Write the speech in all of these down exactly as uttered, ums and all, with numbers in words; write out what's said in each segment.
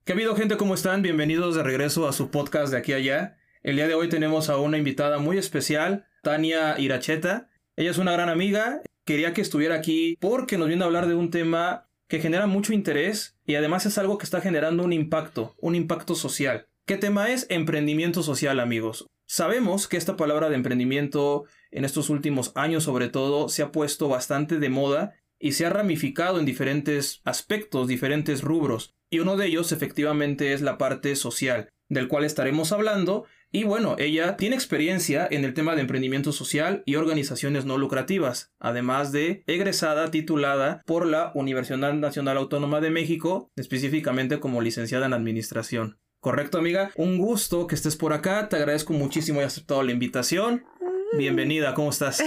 ¿Qué ha habido, gente? ¿Cómo están? Bienvenidos de regreso a su podcast de aquí a allá. El día de hoy tenemos a una invitada muy especial, Tania Iracheta. Ella es una gran amiga. Quería que estuviera aquí porque nos viene a hablar de un tema que genera mucho interés y además es algo que está generando un impacto, un impacto social. ¿Qué tema es? Emprendimiento social, amigos. Sabemos que esta palabra de emprendimiento en estos últimos años sobre todo se ha puesto bastante de moda y se ha ramificado en diferentes aspectos, diferentes rubros. Y uno de ellos efectivamente es la parte social, del cual estaremos hablando. Y bueno, ella tiene experiencia en el tema de emprendimiento social y organizaciones no lucrativas, además de egresada titulada por la Universidad Nacional Autónoma de México, específicamente como licenciada en administración. ¿Correcto, amiga? Un gusto que estés por acá, te agradezco muchísimo y aceptado la invitación. Bienvenida, ¿cómo estás?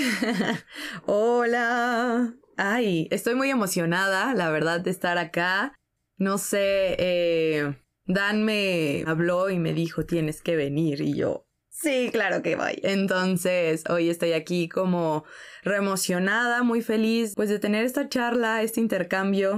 Hola. Ay, estoy muy emocionada, la verdad, de estar acá. No sé, eh, Dan me habló y me dijo, tienes que venir, y yo, sí, claro que voy. Entonces, hoy estoy aquí como reemocionada, muy feliz, pues de tener esta charla, este intercambio,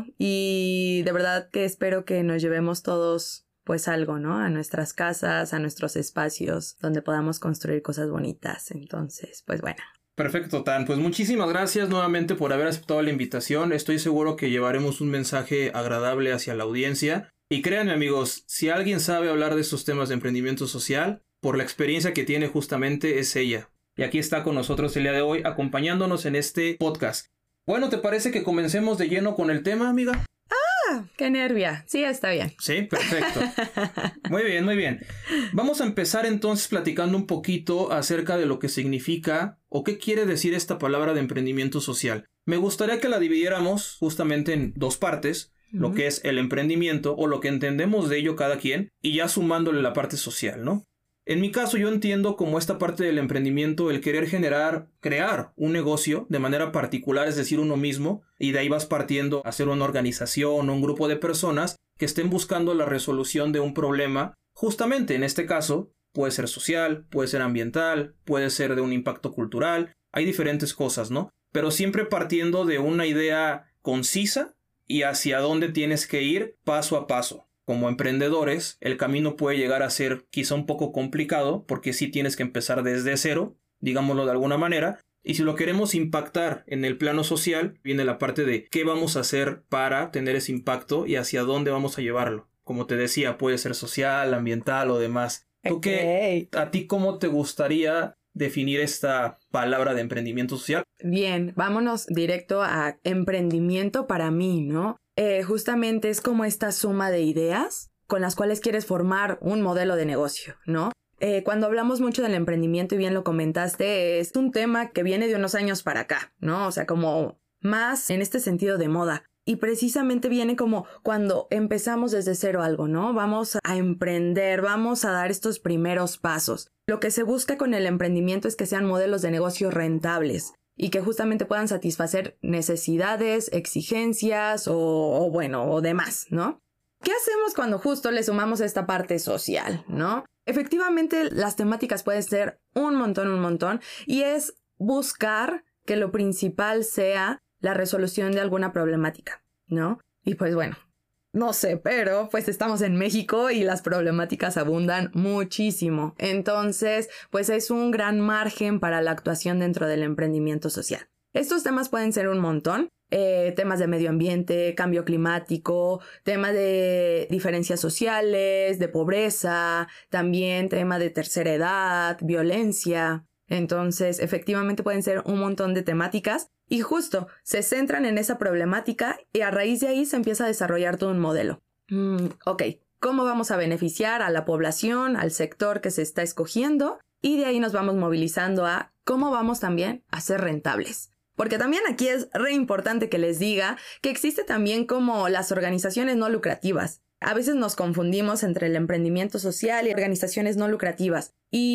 y de verdad que espero que nos llevemos todos pues algo, ¿no? A nuestras casas, a nuestros espacios, donde podamos construir cosas bonitas. Entonces, pues bueno. Perfecto, Tan. Pues muchísimas gracias nuevamente por haber aceptado la invitación. Estoy seguro que llevaremos un mensaje agradable hacia la audiencia. Y créanme, amigos, si alguien sabe hablar de estos temas de emprendimiento social, por la experiencia que tiene justamente es ella. Y aquí está con nosotros el día de hoy, acompañándonos en este podcast. Bueno, ¿te parece que comencemos de lleno con el tema, amiga? ¡Ah! ¡Qué nervia! Sí, está bien. Sí, perfecto. Muy bien, muy bien. Vamos a empezar entonces platicando un poquito acerca de lo que significa o qué quiere decir esta palabra de emprendimiento social. Me gustaría que la dividiéramos justamente en dos partes, uh-huh. Lo que es el emprendimiento o lo que entendemos de ello cada quien y ya sumándole la parte social, ¿no? En mi caso yo entiendo como esta parte del emprendimiento el querer generar, crear un negocio de manera particular, es decir, uno mismo, y de ahí vas partiendo a hacer una organización o un grupo de personas que estén buscando la resolución de un problema, justamente en este caso, puede ser social, puede ser ambiental, puede ser de un impacto cultural, hay diferentes cosas, ¿no? Pero siempre partiendo de una idea concisa y hacia dónde tienes que ir paso a paso. Como emprendedores, el camino puede llegar a ser quizá un poco complicado porque sí tienes que empezar desde cero, digámoslo de alguna manera, y si lo queremos impactar en el plano social, viene la parte de qué vamos a hacer para tener ese impacto y hacia dónde vamos a llevarlo. Como te decía, puede ser social, ambiental o demás. ¿Tú Okay. qué, a ti cómo te gustaría definir esta palabra de emprendimiento social? Bien, vámonos directo a emprendimiento para mí, ¿no? Eh, justamente es como esta suma de ideas con las cuales quieres formar un modelo de negocio, ¿no? Eh, cuando hablamos mucho del emprendimiento, y bien lo comentaste, es un tema que viene de unos años para acá, ¿no? O sea, como más en este sentido de moda. Y precisamente viene como cuando empezamos desde cero algo, ¿no? Vamos a emprender, vamos a dar estos primeros pasos. Lo que se busca con el emprendimiento es que sean modelos de negocio rentables y que justamente puedan satisfacer necesidades, exigencias o, o bueno, o demás, ¿no? ¿Qué hacemos cuando justo le sumamos esta parte social, no? Efectivamente, las temáticas pueden ser un montón, un montón, y es buscar que lo principal sea la resolución de alguna problemática, ¿no? Y pues bueno, no sé, pero pues estamos en México y las problemáticas abundan muchísimo. Entonces, pues es un gran margen para la actuación dentro del emprendimiento social. Estos temas pueden ser un montón. Eh, temas de medio ambiente, cambio climático, temas de diferencias sociales, de pobreza, también tema de tercera edad, violencia. Entonces, efectivamente pueden ser un montón de temáticas y justo se centran en esa problemática y a raíz de ahí se empieza a desarrollar todo un modelo. Mm, ok, ¿cómo vamos a beneficiar a la población, al sector que se está escogiendo? Y de ahí nos vamos movilizando a cómo vamos también a ser rentables. Porque también aquí es re importante que les diga que existe también como las organizaciones no lucrativas. A veces nos confundimos entre el emprendimiento social y organizaciones no lucrativas.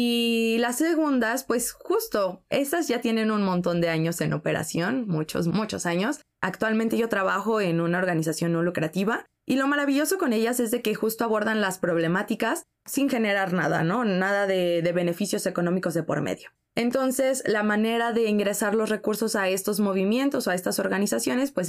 Y las segundas, pues justo, estas ya tienen un montón de años en operación, muchos, muchos años. Actualmente yo trabajo en una organización no lucrativa y lo maravilloso con ellas es de que justo abordan las problemáticas sin generar nada, ¿no? Nada de, de beneficios económicos de por medio. Entonces, la manera de ingresar los recursos a estos movimientos o a estas organizaciones, pues es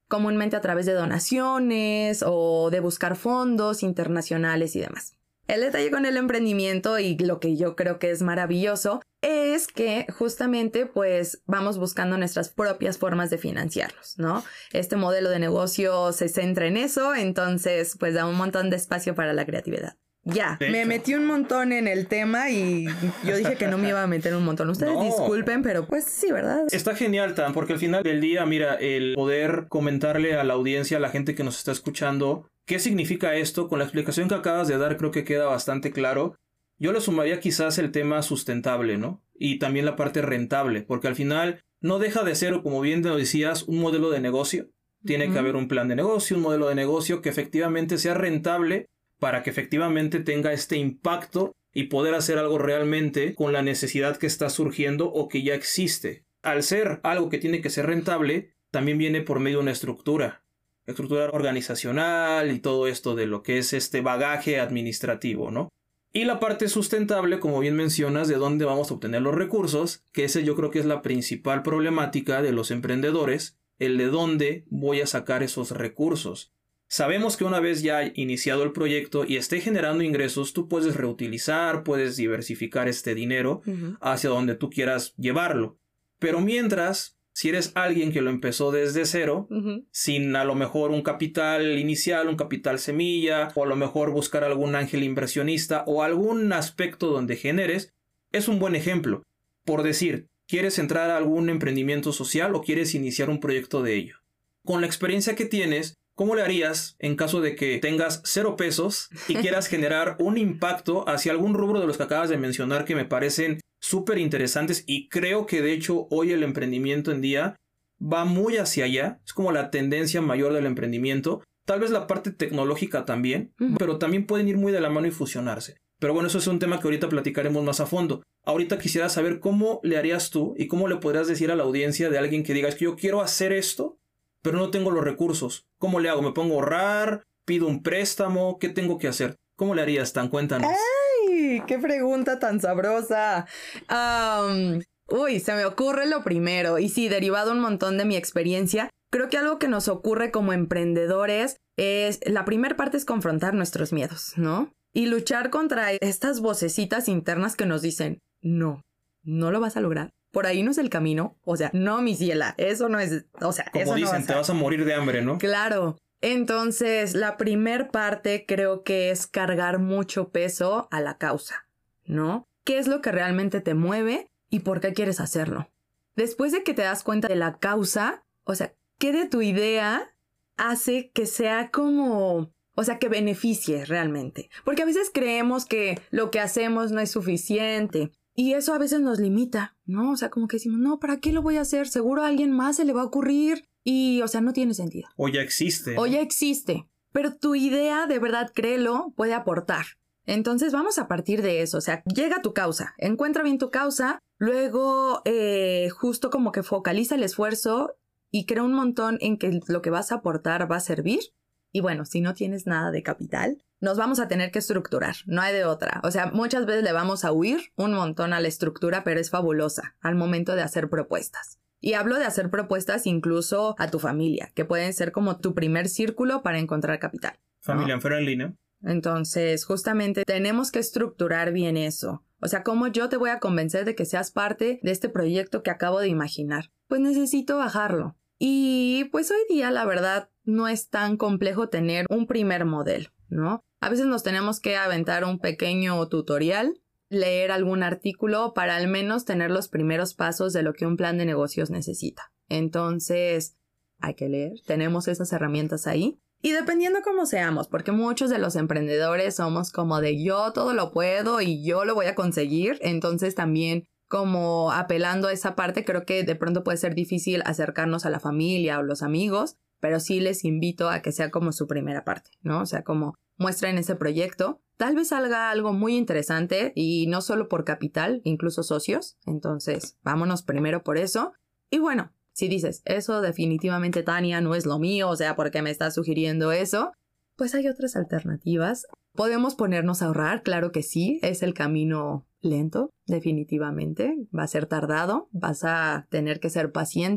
comúnmente a través de donaciones o de buscar fondos internacionales y demás. El detalle con el emprendimiento y lo que yo creo que es maravilloso es que justamente pues vamos buscando nuestras propias formas de financiarnos, ¿no? Este modelo de negocio se centra en eso, entonces pues da un montón de espacio para la creatividad. Ya, me metí un montón en el tema y yo dije que no me iba a meter un montón. Ustedes no. disculpen, pero pues sí, ¿verdad? Está genial, Tan, porque al final del día, mira, el poder comentarle a la audiencia, a la gente que nos está escuchando, qué significa esto, con la explicación que acabas de dar creo que queda bastante claro. Yo le sumaría quizás el tema sustentable, ¿no? Y también la parte rentable, porque al final no deja de ser, como bien lo decías, un modelo de negocio. Tiene uh-huh. que haber un plan de negocio, un modelo de negocio que efectivamente sea rentable, para que efectivamente tenga este impacto y poder hacer algo realmente con la necesidad que está surgiendo o que ya existe. Al ser algo que tiene que ser rentable, también viene por medio de una estructura, estructura organizacional y todo esto de lo que es este bagaje administrativo, ¿no? Y la parte sustentable, como bien mencionas, de dónde vamos a obtener los recursos, que ese yo creo que es la principal problemática de los emprendedores, el de dónde voy a sacar esos recursos. Sabemos que una vez ya iniciado el proyecto y esté generando ingresos, tú puedes reutilizar, puedes diversificar este dinero uh-huh. hacia donde tú quieras llevarlo. Pero mientras, si eres alguien que lo empezó desde cero, uh-huh. sin a lo mejor un capital inicial, un capital semilla, o a lo mejor buscar algún ángel inversionista o algún aspecto donde generes, es un buen ejemplo. Por decir, ¿quieres entrar a algún emprendimiento social o quieres iniciar un proyecto de ello? Con la experiencia que tienes, ¿cómo le harías en caso de que tengas cero pesos y quieras generar un impacto hacia algún rubro de los que acabas de mencionar que me parecen súper interesantes? Y creo que de hecho hoy el emprendimiento en día va muy hacia allá. Es como la tendencia mayor del emprendimiento. Tal vez la parte tecnológica también, uh-huh. pero también pueden ir muy de la mano y fusionarse. Pero bueno, eso es un tema que ahorita platicaremos más a fondo. Ahorita quisiera saber cómo le harías tú y cómo le podrías decir a la audiencia de alguien que diga, es que yo quiero hacer esto, pero no tengo los recursos. ¿Cómo le hago? ¿Me pongo a ahorrar? ¿Pido un préstamo? ¿Qué tengo que hacer? ¿Cómo le harías, Tan? Cuéntanos. ¡Ay! ¡Qué pregunta tan sabrosa! Um, uy, se me ocurre lo primero. Y sí, derivado un montón de mi experiencia, creo que algo que nos ocurre como emprendedores es... La primera parte es confrontar nuestros miedos, ¿no? Y luchar contra estas vocecitas internas que nos dicen, no, no lo vas a lograr. Por ahí no es el camino. O sea, no, mi ciela, eso no es... O sea, como eso dicen, no vas a... te vas a morir de hambre, ¿no? Claro. Entonces, la primer parte creo que es cargar mucho peso a la causa, ¿no? ¿Qué es lo que realmente te mueve y por qué quieres hacerlo? Después de que te das cuenta de la causa, o sea, ¿qué de tu idea hace que sea como... O sea, que beneficie realmente? Porque a veces creemos que lo que hacemos no es suficiente. Y eso a veces nos limita, ¿no? O sea, como que decimos, no, ¿para qué lo voy a hacer? Seguro a alguien más se le va a ocurrir y, o sea, no tiene sentido. O ya existe. O ya existe. Pero tu idea, de verdad, créelo, puede aportar. Entonces vamos a partir de eso. O sea, llega a tu causa, encuentra bien tu causa, luego eh, justo como que focaliza el esfuerzo y crea un montón en que lo que vas a aportar va a servir. Y bueno, si no tienes nada de capital, nos vamos a tener que estructurar, no hay de otra. O sea, muchas veces le vamos a huir un montón a la estructura, pero es fabulosa al momento de hacer propuestas. Y hablo de hacer propuestas incluso a tu familia, que pueden ser como tu primer círculo para encontrar capital, ¿no? Familia friendly, ¿no? Entonces, justamente tenemos que estructurar bien eso. O sea, ¿cómo yo te voy a convencer de que seas parte de este proyecto que acabo de imaginar? Pues necesito bajarlo. Y pues hoy día, la verdad, no es tan complejo tener un primer modelo, ¿no? A veces nos tenemos que aventar un pequeño tutorial, leer algún artículo para al menos tener los primeros pasos de lo que un plan de negocios necesita. Entonces, hay que leer, tenemos esas herramientas ahí. Y dependiendo cómo seamos, porque muchos de los emprendedores somos como de yo todo lo puedo y yo lo voy a conseguir, entonces también como apelando a esa parte, creo que de pronto puede ser difícil acercarnos a la familia o los amigos, pero sí les invito a que sea como su primera parte, ¿no? O sea, como muestren ese proyecto. Tal vez salga algo muy interesante y no solo por capital, incluso socios. Entonces, vámonos primero por eso. Y bueno, si dices, eso definitivamente, Tania, no es lo mío, o sea, ¿por qué me estás sugiriendo eso? Pues hay otras alternativas. Podemos ponernos a ahorrar, claro que sí, es el camino lento, definitivamente. Va a ser tardado, vas a tener que ser paciente.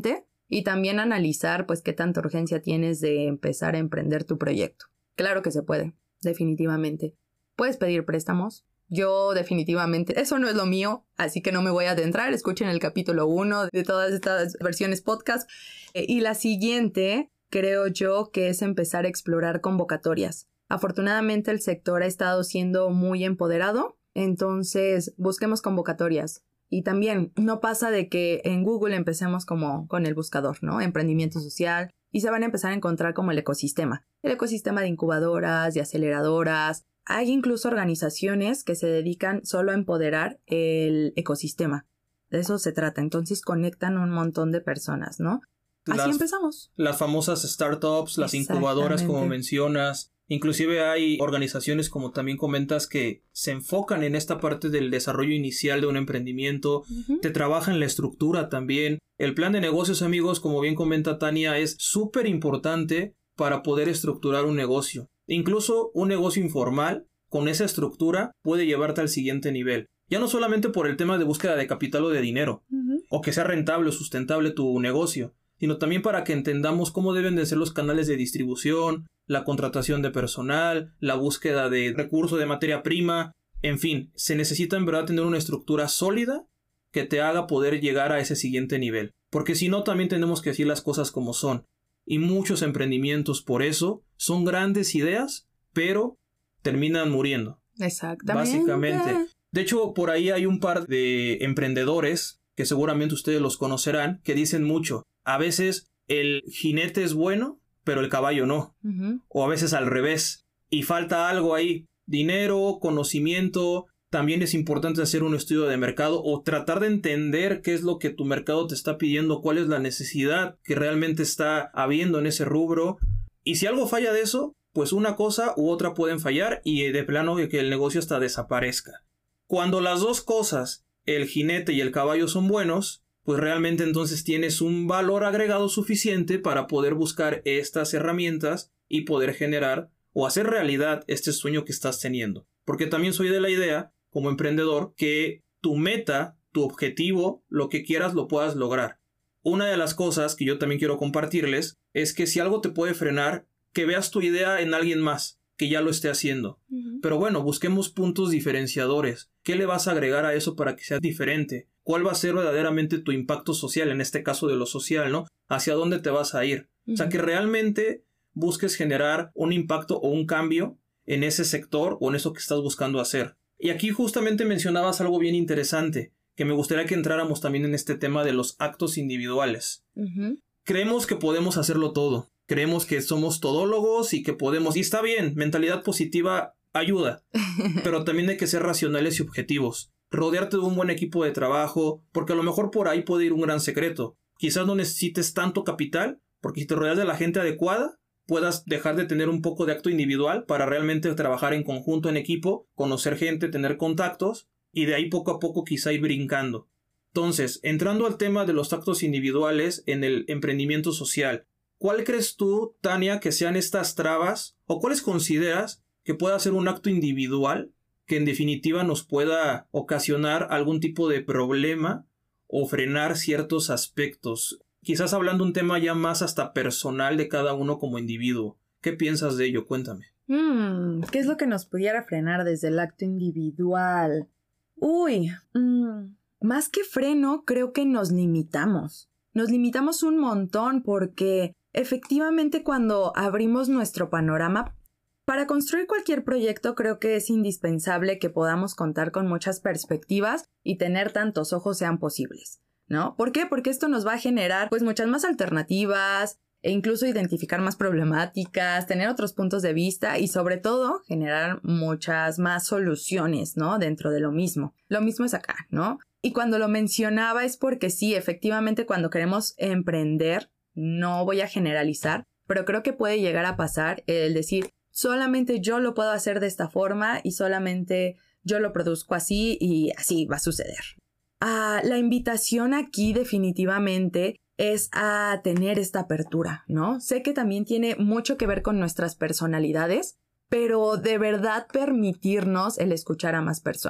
Y también analizar, pues, qué tanta urgencia tienes de empezar a emprender tu proyecto. Claro que se puede, definitivamente. Puedes pedir préstamos. Yo definitivamente, eso no es lo mío, así que no me voy a adentrar. Escuchen el capítulo uno de todas estas versiones podcast. Eh, y la siguiente, creo yo, que es empezar a explorar convocatorias. Afortunadamente el sector ha estado siendo muy empoderado, entonces busquemos convocatorias. Y también no pasa de que en Google empecemos como con el buscador, ¿no? Emprendimiento social, y se van a empezar a encontrar como el ecosistema. El ecosistema de incubadoras, de aceleradoras. Hay incluso organizaciones que se dedican solo a empoderar el ecosistema. De eso se trata. Entonces conectan un montón de personas, ¿no? Así las, empezamos. Las famosas startups, las incubadoras, como mencionas. Inclusive hay organizaciones, como también comentas, que se enfocan en esta parte del desarrollo inicial de un emprendimiento. Uh-huh. Te trabajan la estructura también. El plan de negocios, amigos, como bien comenta Tania, es súper importante para poder estructurar un negocio. Incluso un negocio informal, con esa estructura, puede llevarte al siguiente nivel. Ya no solamente por el tema de búsqueda de capital o de dinero, uh-huh. o que sea rentable o sustentable tu negocio, sino también para que entendamos cómo deben de ser los canales de distribución, la contratación de personal, la búsqueda de recursos de materia prima, en fin, se necesita en verdad tener una estructura sólida que te haga poder llegar a ese siguiente nivel. Porque si no, también tenemos que decir las cosas como son. Y muchos emprendimientos, por eso, son grandes ideas, pero terminan muriendo. Exactamente. Básicamente. De hecho, por ahí hay un par de emprendedores, que seguramente ustedes los conocerán, que dicen mucho. A veces el jinete es bueno, pero el caballo no. Uh-huh. O a veces al revés. Y falta algo ahí. Dinero, conocimiento. También es importante hacer un estudio de mercado o tratar de entender qué es lo que tu mercado te está pidiendo, cuál es la necesidad que realmente está habiendo en ese rubro. Y si algo falla de eso, pues una cosa u otra pueden fallar y de plano que el negocio hasta desaparezca. Cuando las dos cosas, el jinete y el caballo, son buenos, pues realmente entonces tienes un valor agregado suficiente para poder buscar estas herramientas y poder generar o hacer realidad este sueño que estás teniendo. Porque también soy de la idea, como emprendedor, que tu meta, tu objetivo, lo que quieras lo puedas lograr. Una de las cosas que yo también quiero compartirles es que si algo te puede frenar, que veas tu idea en alguien más, que ya lo esté haciendo. Uh-huh. Pero bueno, busquemos puntos diferenciadores. ¿Qué le vas a agregar a eso para que sea diferente? ¿Cuál va a ser verdaderamente tu impacto social, en este caso de lo social, ¿no? ¿Hacia dónde te vas a ir? Uh-huh. O sea, que realmente busques generar un impacto o un cambio en ese sector o en eso que estás buscando hacer. Y aquí justamente mencionabas algo bien interesante, que me gustaría que entráramos también en este tema de los actos individuales. Uh-huh. Creemos que podemos hacerlo todo. Creemos que somos todólogos y que podemos... Y está bien, mentalidad positiva ayuda. Pero también hay que ser racionales y objetivos. Rodearte de un buen equipo de trabajo, porque a lo mejor por ahí puede ir un gran secreto. Quizás no necesites tanto capital, porque si te rodeas de la gente adecuada, puedas dejar de tener un poco de acto individual para realmente trabajar en conjunto, en equipo, conocer gente, tener contactos, y de ahí poco a poco quizá ir brincando. Entonces, entrando al tema de los actos individuales en el emprendimiento social, ¿cuál crees tú, Tania, que sean estas trabas, o cuáles consideras que pueda ser un acto individual que en definitiva nos pueda ocasionar algún tipo de problema o frenar ciertos aspectos? Quizás hablando un tema ya más hasta personal de cada uno como individuo. ¿Qué piensas de ello? Cuéntame. Mm, ¿Qué es lo que nos pudiera frenar desde el acto individual? Uy, mm, más que freno, creo que nos limitamos. Nos limitamos un montón porque efectivamente cuando abrimos nuestro panorama, para construir cualquier proyecto creo que es indispensable que podamos contar con muchas perspectivas y tener tantos ojos sean posibles, ¿no? ¿Por qué? Porque esto nos va a generar pues muchas más alternativas e incluso identificar más problemáticas, tener otros puntos de vista y sobre todo generar muchas más soluciones, ¿no? Dentro de lo mismo. Lo mismo es acá, ¿no? Y cuando lo mencionaba es porque sí, efectivamente cuando queremos emprender, no voy a generalizar, pero creo que puede llegar a pasar el decir solamente yo lo puedo hacer de esta forma y solamente yo lo produzco así y así va a suceder. Ah, la invitación aquí definitivamente es a tener esta apertura, ¿no? Sé que también tiene mucho que ver con nuestras personalidades, pero de verdad permitirnos el escuchar a más personas.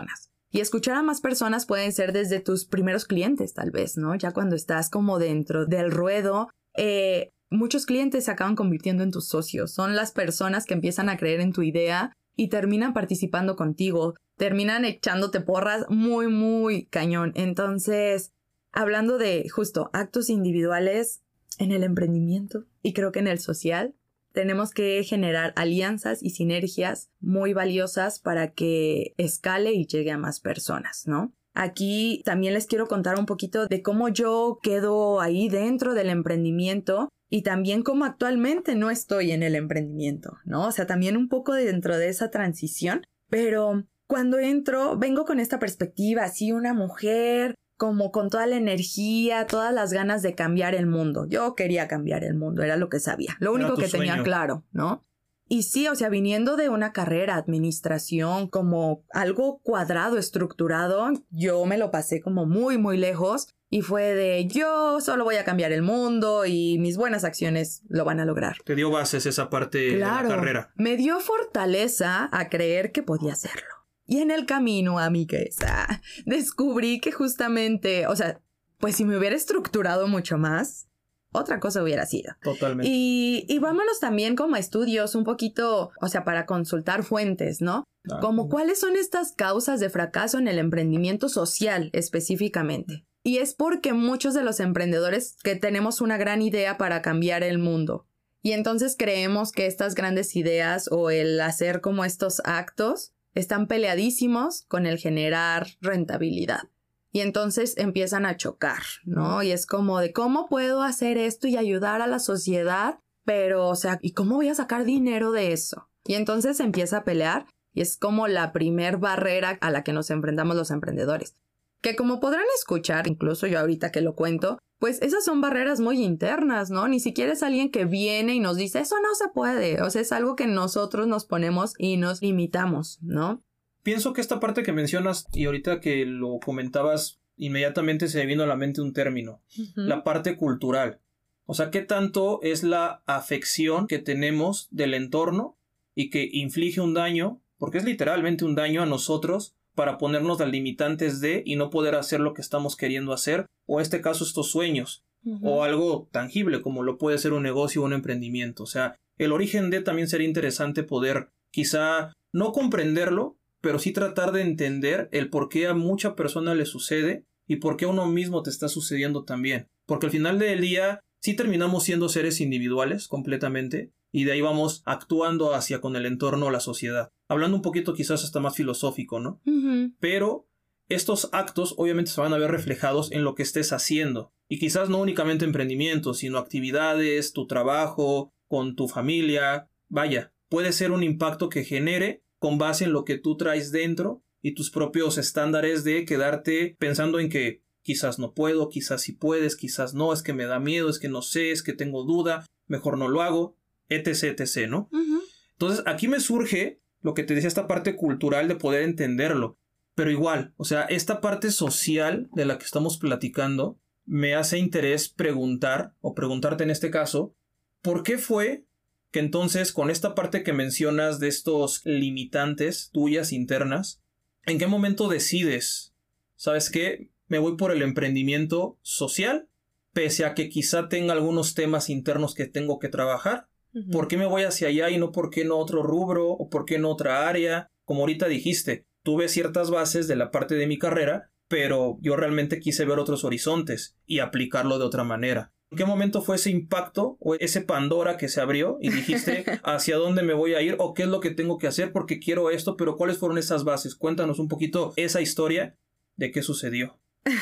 Y escuchar a más personas pueden ser desde tus primeros clientes, tal vez, ¿no? Ya cuando estás como dentro del ruedo, eh, muchos clientes se acaban convirtiendo en tus socios. Son las personas que empiezan a creer en tu idea y terminan participando contigo. Terminan echándote porras muy, muy cañón. Entonces, hablando de justo actos individuales en el emprendimiento y creo que en el social, tenemos que generar alianzas y sinergias muy valiosas para que escale y llegue a más personas, ¿no? Aquí también les quiero contar un poquito de cómo yo quedo ahí dentro del emprendimiento y también cómo actualmente no estoy en el emprendimiento, ¿no? O sea, también un poco dentro de esa transición, pero cuando entro vengo con esta perspectiva, así una mujer como con toda la energía, todas las ganas de cambiar el mundo. Yo quería cambiar el mundo, era lo que sabía, lo único que tenía sueño. claro, ¿no? Y sí, o sea, viniendo de una carrera, administración, como algo cuadrado, estructurado, yo me lo pasé como muy, muy lejos y fue de yo solo voy a cambiar el mundo y mis buenas acciones lo van a lograr. Te dio bases esa parte Claro, de la carrera. Me dio fortaleza a creer que podía hacerlo. Y en el camino, amigues, ah, descubrí que justamente, o sea, pues si me hubiera estructurado mucho más, otra cosa hubiera sido. Totalmente. Y, y vámonos también como a estudios un poquito, o sea, para consultar fuentes, ¿no? Ah, Como cuáles son estas causas de fracaso en el emprendimiento social específicamente. Y es porque muchos de los emprendedores que tenemos una gran idea para cambiar el mundo. Y entonces creemos que estas grandes ideas o el hacer como estos actos están peleadísimos con el generar rentabilidad. Y entonces empiezan a chocar, ¿no? Y es como de cómo puedo hacer esto y ayudar a la sociedad, pero, o sea, ¿y cómo voy a sacar dinero de eso? Y entonces se empieza a pelear y es como la primer barrera a la que nos enfrentamos los emprendedores. Que como podrán escuchar, incluso yo ahorita que lo cuento, pues esas son barreras muy internas, ¿no? Ni siquiera es alguien que viene y nos dice, eso no se puede. O sea, es algo que nosotros nos ponemos y nos limitamos, ¿no? Pienso que esta parte que mencionas y ahorita que lo comentabas, inmediatamente se me vino a la mente un término, uh-huh. La parte cultural. O sea, ¿qué tanto es la afección que tenemos del entorno y que inflige un daño, porque es literalmente un daño a nosotros, para ponernos las limitantes de y no poder hacer lo que estamos queriendo hacer, o en este caso estos sueños, uh-huh. o algo tangible como lo puede ser un negocio o un emprendimiento? O sea, el origen de también sería interesante poder quizá no comprenderlo, pero sí tratar de entender el por qué a mucha persona le sucede y por qué a uno mismo te está sucediendo también. Porque al final del día sí terminamos siendo seres individuales completamente y de ahí vamos actuando hacia con el entorno o la sociedad. Hablando un poquito quizás hasta más filosófico, ¿no? Uh-huh. Pero estos actos obviamente se van a ver reflejados en lo que estés haciendo. Y quizás no únicamente emprendimientos, sino actividades, tu trabajo, con tu familia. Vaya, puede ser un impacto que genere con base en lo que tú traes dentro y tus propios estándares de quedarte pensando en que quizás no puedo, quizás sí puedes, quizás no, es que me da miedo, es que no sé, es que tengo duda, mejor no lo hago, etc, etc, ¿no? Uh-huh. Entonces aquí me surge lo que te decía, esta parte cultural de poder entenderlo, pero igual, o sea, esta parte social de la que estamos platicando me hace interés preguntar, o preguntarte en este caso, ¿por qué fue que entonces con esta parte que mencionas de estos limitantes tuyas internas, ¿en qué momento decides, sabes qué? Me voy por el emprendimiento social, pese a que quizá tenga algunos temas internos que tengo que trabajar? Uh-huh. ¿Por qué me voy hacia allá y no por qué no otro rubro o por qué no otra área? Como ahorita dijiste, tuve ciertas bases de la parte de mi carrera, pero yo realmente quise ver otros horizontes y aplicarlo de otra manera. ¿En qué momento fue ese impacto o ese Pandora que se abrió y dijiste hacia dónde me voy a ir o qué es lo que tengo que hacer porque quiero esto, pero cuáles fueron esas bases? Cuéntanos un poquito esa historia de qué sucedió.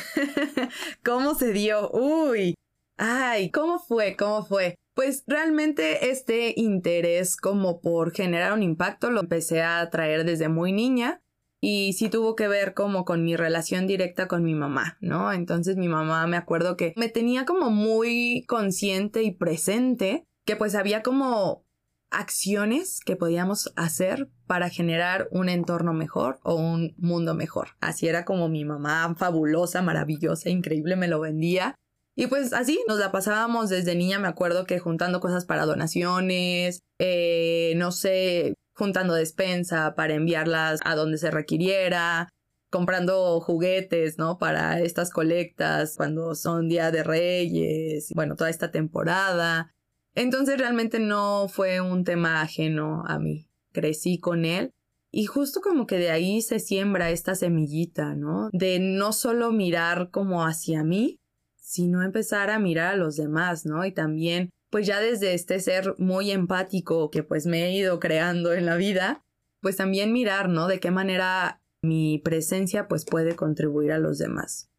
¿Cómo se dio? Uy, ay, ¿cómo fue? ¿Cómo fue? Pues realmente este interés como por generar un impacto lo empecé a traer desde muy niña. Y sí tuvo que ver como con mi relación directa con mi mamá, ¿no? Entonces mi mamá me acuerdo que me tenía como muy consciente y presente que pues había como acciones que podíamos hacer para generar un entorno mejor o un mundo mejor. Así era como mi mamá fabulosa, maravillosa, increíble me lo vendía. Y pues así nos la pasábamos desde niña, me acuerdo que juntando cosas para donaciones, eh, no sé... juntando despensa para enviarlas a donde se requiriera. comprando juguetes, ¿no? Para estas colectas, cuando son Día de Reyes, bueno, toda esta temporada. Entonces realmente no fue un tema ajeno a mí. Crecí con él. Y justo como que de ahí se siembra esta semillita, ¿no? De no solo mirar como hacia mí, sino empezar a mirar a los demás, ¿no? Y también, pues ya desde este ser muy empático que pues me he ido creando en la vida, pues también mirar, ¿no? De qué manera mi presencia pues puede contribuir a los demás.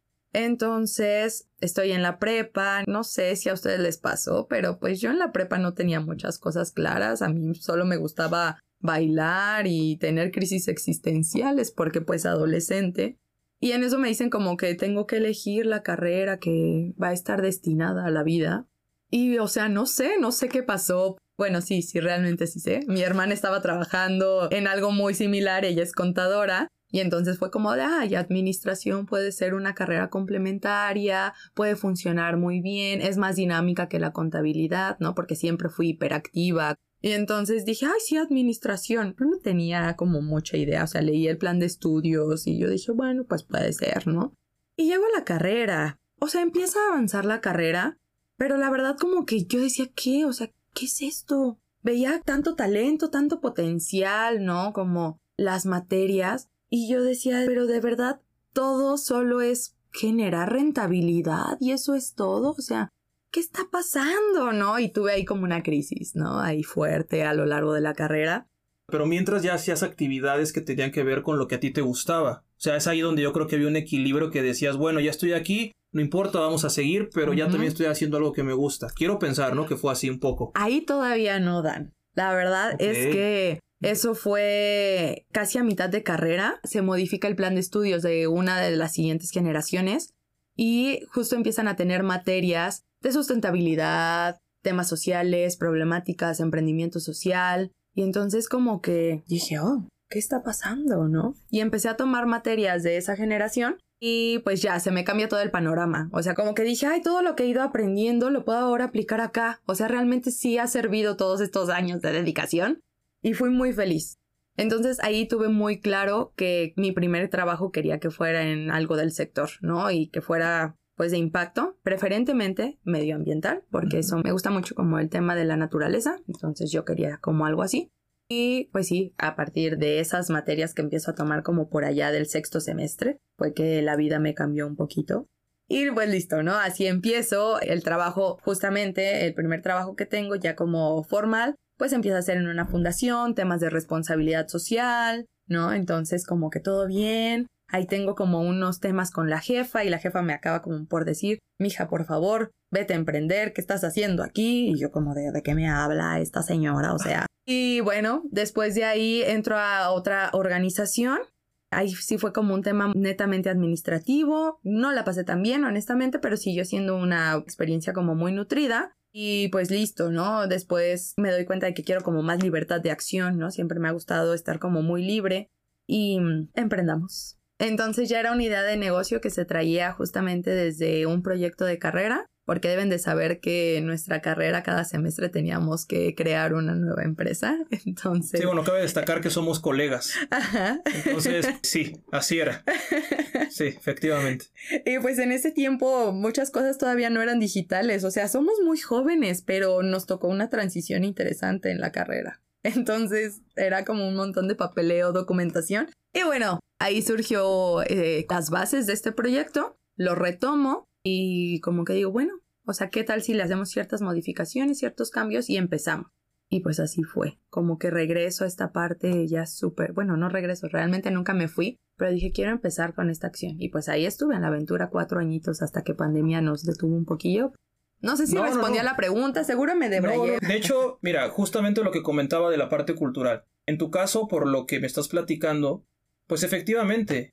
Entonces, estoy en la prepa, no sé si a ustedes les pasó, pero pues yo en la prepa no tenía muchas cosas claras, a mí solo me gustaba bailar y tener crisis existenciales porque pues adolescente. Y en eso me dicen como que tengo que elegir la carrera que va a estar destinada a la vida. Y o sea, no sé, no sé qué pasó. Bueno, sí, sí, realmente sí sé. Mi hermana estaba trabajando en algo muy similar, ella es contadora. Y entonces fue como de, ay, administración puede ser una carrera complementaria, puede funcionar muy bien, es más dinámica que la contabilidad, ¿no? Porque siempre fui hiperactiva. Y entonces dije, ay, sí, administración. Yo no tenía como mucha idea, o sea, leí el plan de estudios y yo dije, bueno, pues puede ser, ¿no? Y llego a la carrera, o sea, empieza a avanzar la carrera, pero la verdad como que yo decía, ¿qué? O sea, ¿qué es esto? Veía tanto talento, tanto potencial, ¿no? Como las materias, y yo decía, pero de verdad, todo solo es generar rentabilidad y eso es todo, o sea, ¿qué está pasando, no? Y tuve ahí como una crisis, ¿no? Ahí fuerte a lo largo de la carrera. Pero mientras ya hacías actividades que tenían que ver con lo que a ti te gustaba. O sea, es ahí donde yo creo que había un equilibrio que decías, bueno, ya estoy aquí, no importa, vamos a seguir, pero uh-huh. ya también estoy haciendo algo que me gusta. Quiero pensar, ¿no? Que fue así un poco. Ahí todavía no dan. La verdad okay. es que eso fue casi a mitad de carrera. Se modifica el plan de estudios de una de las siguientes generaciones y justo empiezan a tener materias de sustentabilidad, temas sociales, problemáticas, emprendimiento social. Y entonces como que dije, oh, ¿qué está pasando, no? Y empecé a tomar materias de esa generación y pues ya se me cambia todo el panorama. O sea, como que dije, ay, todo lo que he ido aprendiendo lo puedo ahora aplicar acá. O sea, realmente sí ha servido todos estos años de dedicación y fui muy feliz. Entonces ahí tuve muy claro que mi primer trabajo quería que fuera en algo del sector, ¿no? Y que fuera pues de impacto, preferentemente medioambiental, porque uh-huh. eso me gusta mucho como el tema de la naturaleza, entonces yo quería como algo así. Y pues sí, a partir de esas materias que empiezo a tomar como por allá del sexto semestre, fue que la vida me cambió un poquito. Y pues listo, ¿no? Así empiezo el trabajo, justamente el primer trabajo que tengo ya como formal, pues empieza a ser en una fundación, temas de responsabilidad social, ¿no? Entonces como que todo bien. Ahí tengo como unos temas con la jefa y la jefa me acaba como por decir, mija, por favor, vete a emprender, ¿qué estás haciendo aquí? Y yo como de, ¿de qué me habla esta señora? O sea, y bueno, después de ahí entro a otra organización. Ahí sí fue como un tema netamente administrativo. No la pasé tan bien, honestamente, pero siguió siendo una experiencia como muy nutrida. Y pues listo, ¿no? Después me doy cuenta de que quiero como más libertad de acción, ¿no? Siempre me ha gustado estar como muy libre. Y emprendamos. Entonces ya era una idea de negocio que se traía justamente desde un proyecto de carrera, porque deben de saber que en nuestra carrera cada semestre teníamos que crear una nueva empresa, entonces... Sí, bueno, cabe destacar que somos colegas. Ajá. Entonces, sí, así era. Sí, efectivamente. Y pues en ese tiempo muchas cosas todavía no eran digitales, o sea, somos muy jóvenes, pero nos tocó una transición interesante en la carrera. Entonces era como un montón de papeleo, documentación. Y bueno, ahí surgió eh, las bases de este proyecto, lo retomo y como que digo, bueno, o sea, ¿qué tal si le hacemos ciertas modificaciones, ciertos cambios y empezamos? Y pues así fue, como que regreso a esta parte ya súper, bueno, no regreso, realmente nunca me fui, pero dije, quiero empezar con esta acción. Y pues ahí estuve en la aventura cuatro añitos hasta que pandemia nos detuvo un poquillo. No sé si no, respondí no, no. a la pregunta, seguro me debrayé. No, no. De hecho, mira, justamente lo que comentaba de la parte cultural. En tu caso, por lo que me estás platicando, pues efectivamente,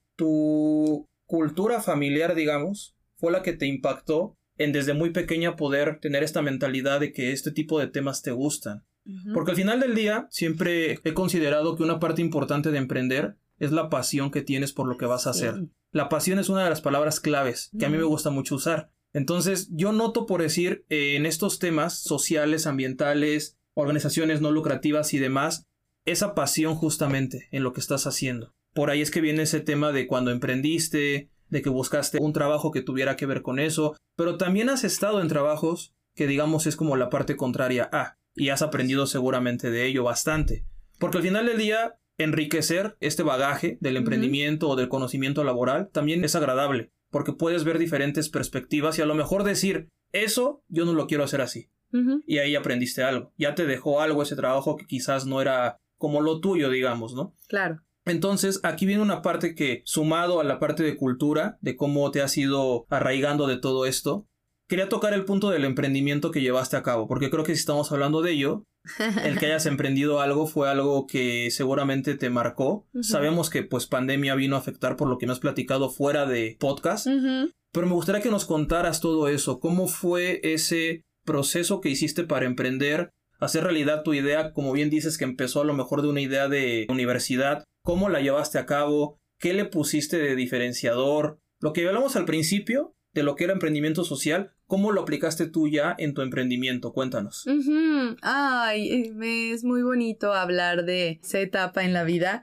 tu cultura familiar, digamos, fue la que te impactó en desde muy pequeña poder tener esta mentalidad de que este tipo de temas te gustan. Uh-huh. Porque al final del día, siempre he considerado que una parte importante de emprender es la pasión que tienes por lo que vas a sí. hacer. La pasión es una de las palabras claves que uh-huh. a mí me gusta mucho usar. Entonces, yo noto, por decir, eh, en estos temas sociales, ambientales, organizaciones no lucrativas y demás, esa pasión justamente en lo que estás haciendo. por ahí es que viene ese tema de cuando emprendiste, de que buscaste un trabajo que tuviera que ver con eso, pero también has estado en trabajos que digamos es como la parte contraria a, y has aprendido seguramente de ello bastante. Porque al final del día, enriquecer este bagaje del emprendimiento uh-huh. o del conocimiento laboral también es agradable, porque puedes ver diferentes perspectivas y a lo mejor decir, eso yo no lo quiero hacer así. Uh-huh. Y ahí aprendiste algo. Ya te dejó algo ese trabajo que quizás no era como lo tuyo, digamos, ¿no? Claro. Entonces, aquí viene una parte que, sumado a la parte de cultura, de cómo te has ido arraigando de todo esto, quería tocar el punto del emprendimiento que llevaste a cabo, porque creo que si estamos hablando de ello, el que hayas emprendido algo fue algo que seguramente te marcó. Uh-huh. Sabemos que pues pandemia vino a afectar por lo que me has platicado fuera de podcast, uh-huh. pero me gustaría que nos contaras todo eso. ¿Cómo fue ese proceso que hiciste para emprender, hacer realidad tu idea? Como bien dices que empezó a lo mejor de una idea de universidad. ¿Cómo la llevaste a cabo? ¿Qué le pusiste de diferenciador? Lo que hablamos al principio de lo que era emprendimiento social, ¿cómo lo aplicaste tú ya en tu emprendimiento? Cuéntanos. Uh-huh. Ay, me es muy bonito hablar de esa etapa en la vida.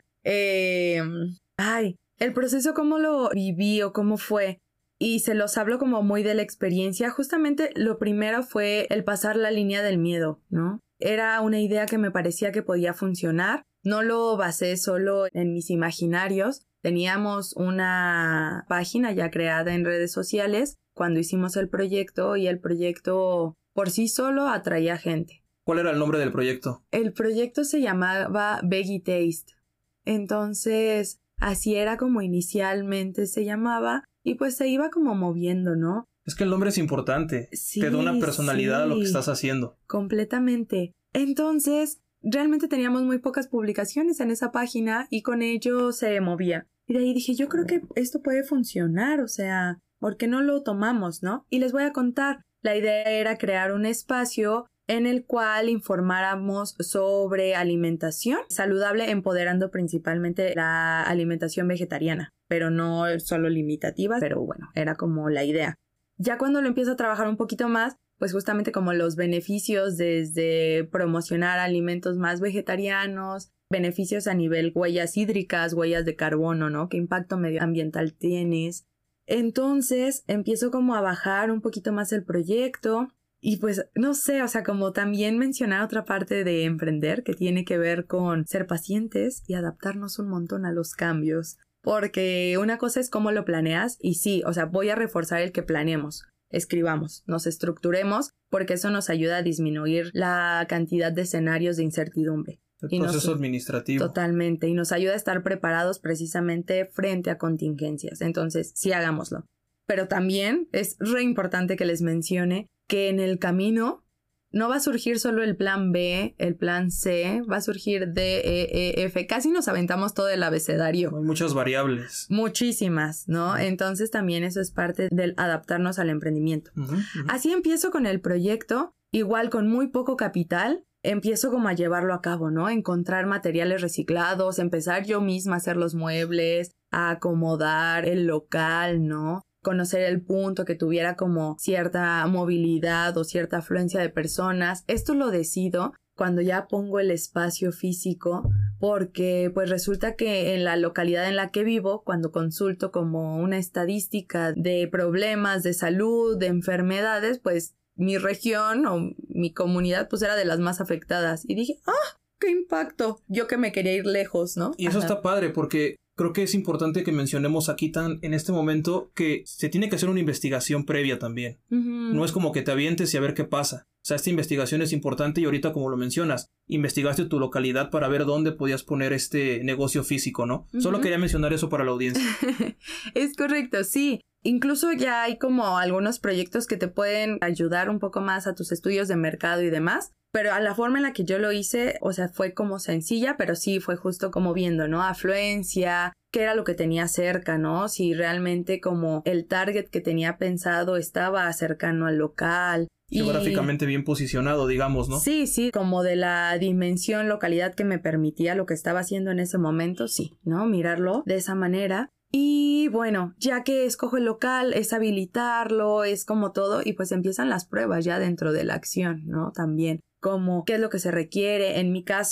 Eh, ay, el proceso, ¿cómo lo viví o cómo fue? Y se los hablo como muy de la experiencia. Justamente lo primero fue el pasar la línea del miedo, ¿no? Era una idea que me parecía que podía funcionar. No lo basé solo en mis imaginarios. Teníamos una página ya creada en redes sociales cuando hicimos el proyecto y el proyecto por sí solo atraía gente. ¿Cuál era el nombre del proyecto? El proyecto se llamaba Veggie Taste. Entonces, así era como inicialmente se llamaba y pues se iba como moviendo, ¿no? Es que el nombre es importante. Sí, te da una personalidad sí, a lo que estás haciendo. Completamente. Entonces, realmente teníamos muy pocas publicaciones en esa página y con ello se movía. Y de ahí dije, yo creo que esto puede funcionar, o sea, ¿por qué no lo tomamos, no? Y les voy a contar, la idea era crear un espacio en el cual informáramos sobre alimentación saludable, empoderando principalmente la alimentación vegetariana, pero no solo limitativa, pero bueno, era como la idea. Ya cuando lo empiezo a trabajar un poquito más, pues justamente como los beneficios desde promocionar alimentos más vegetarianos, beneficios a nivel huellas hídricas, huellas de carbono, ¿no? ¿Qué impacto medioambiental tienes? Entonces empiezo como a bajar un poquito más el proyecto y pues no sé, o sea, como también mencionar otra parte de emprender que tiene que ver con ser pacientes y adaptarnos un montón a los cambios. Porque una cosa es cómo lo planeas y sí, o sea, voy a reforzar el que planeemos. Escribamos, nos estructuremos, porque eso nos ayuda a disminuir la cantidad de escenarios de incertidumbre. El proceso nos, administrativo. Totalmente, y nos ayuda a estar preparados precisamente frente a contingencias. Entonces, sí, hagámoslo. Pero también es re importante que les mencione que en el camino no va a surgir solo el plan B, el plan C, va a surgir D, E, E, F. Casi nos aventamos todo el abecedario. Hay muchas variables. Muchísimas, ¿no? Entonces también eso es parte del adaptarnos al emprendimiento. Uh-huh, uh-huh. Así empiezo con el proyecto, igual con muy poco capital. Empiezo como a llevarlo a cabo, ¿no? Encontrar materiales reciclados, empezar yo misma a hacer los muebles, a acomodar el local, ¿no? Conocer el punto que tuviera como cierta movilidad o cierta afluencia de personas. Esto lo decido cuando ya pongo el espacio físico, porque pues resulta que en la localidad en la que vivo, cuando consulto como una estadística de problemas de salud, de enfermedades, pues mi región o mi comunidad pues era de las más afectadas. Y dije, ¡ah! ¡Qué impacto! Yo que me quería ir lejos, ¿no? Y eso Ajá. Está padre porque creo que es importante que mencionemos aquí tan en este momento que se tiene que hacer una investigación previa también. Uh-huh. No es como que te avientes y a ver qué pasa. O sea, esta investigación es importante y ahorita como lo mencionas, investigaste tu localidad para ver dónde podías poner este negocio físico, ¿no? Uh-huh. Solo quería mencionar eso para la audiencia. Es correcto, sí. Incluso ya hay como algunos proyectos que te pueden ayudar un poco más a tus estudios de mercado y demás. Pero a la forma en la que yo lo hice, o sea, fue como sencilla, pero sí fue justo como viendo, ¿no? Afluencia, qué era lo que tenía cerca, ¿no? Si realmente como el target que tenía pensado estaba cercano al local. Geográficamente y... bien posicionado, digamos, ¿no? Sí, sí, como de la dimensión, localidad que me permitía lo que estaba haciendo en ese momento, sí, ¿no? Mirarlo de esa manera. Y bueno, ya que escojo el local, es habilitarlo, es como todo, y pues empiezan las pruebas ya dentro de la acción, ¿no? También. Como qué es lo que se requiere. En mi caso,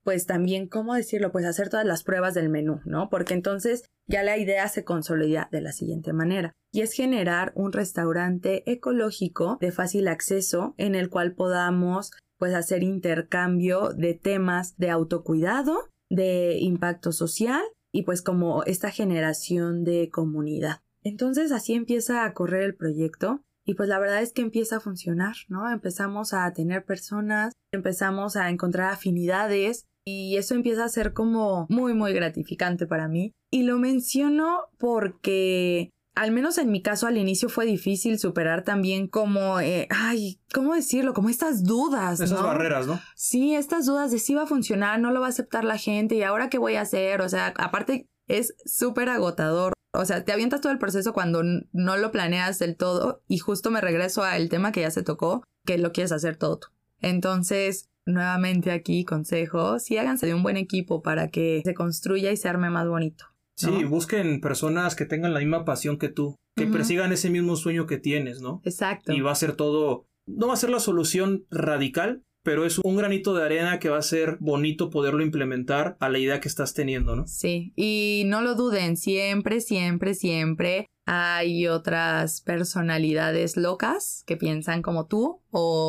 pues también, ¿cómo decirlo? Pues hacer todas las pruebas del menú, ¿no? Porque entonces ya la idea se consolida de la siguiente manera. Y es generar un restaurante ecológico de fácil acceso en el cual podamos pues hacer intercambio de temas de autocuidado, de impacto social y pues como esta generación de comunidad. Entonces así empieza a correr el proyecto y pues la verdad es que empieza a funcionar, ¿no? Empezamos a tener personas, empezamos a encontrar afinidades y eso empieza a ser como muy muy gratificante para mí. Y lo menciono porque al menos en mi caso al inicio fue difícil superar también como, eh, ay, ¿cómo decirlo? Como estas dudas, ¿no? Esas barreras, ¿no? Sí, estas dudas de si va a funcionar, no lo va a aceptar la gente y ahora qué voy a hacer. O sea, aparte es súper agotador. O sea, te avientas todo el proceso cuando no lo planeas del todo y justo me regreso al tema que ya se tocó, que lo quieres hacer todo tú. Entonces, nuevamente aquí, consejo, sí háganse de un buen equipo para que se construya y se arme más bonito, ¿no? Sí, busquen personas que tengan la misma pasión que tú, que uh-huh. persigan ese mismo sueño que tienes, ¿no? Exacto. Y va a ser todo, no va a ser la solución radical, pero es un granito de arena que va a ser bonito poderlo implementar a la idea que estás teniendo, ¿no? Sí, y no lo duden, siempre, siempre, siempre hay otras personalidades locas que piensan como tú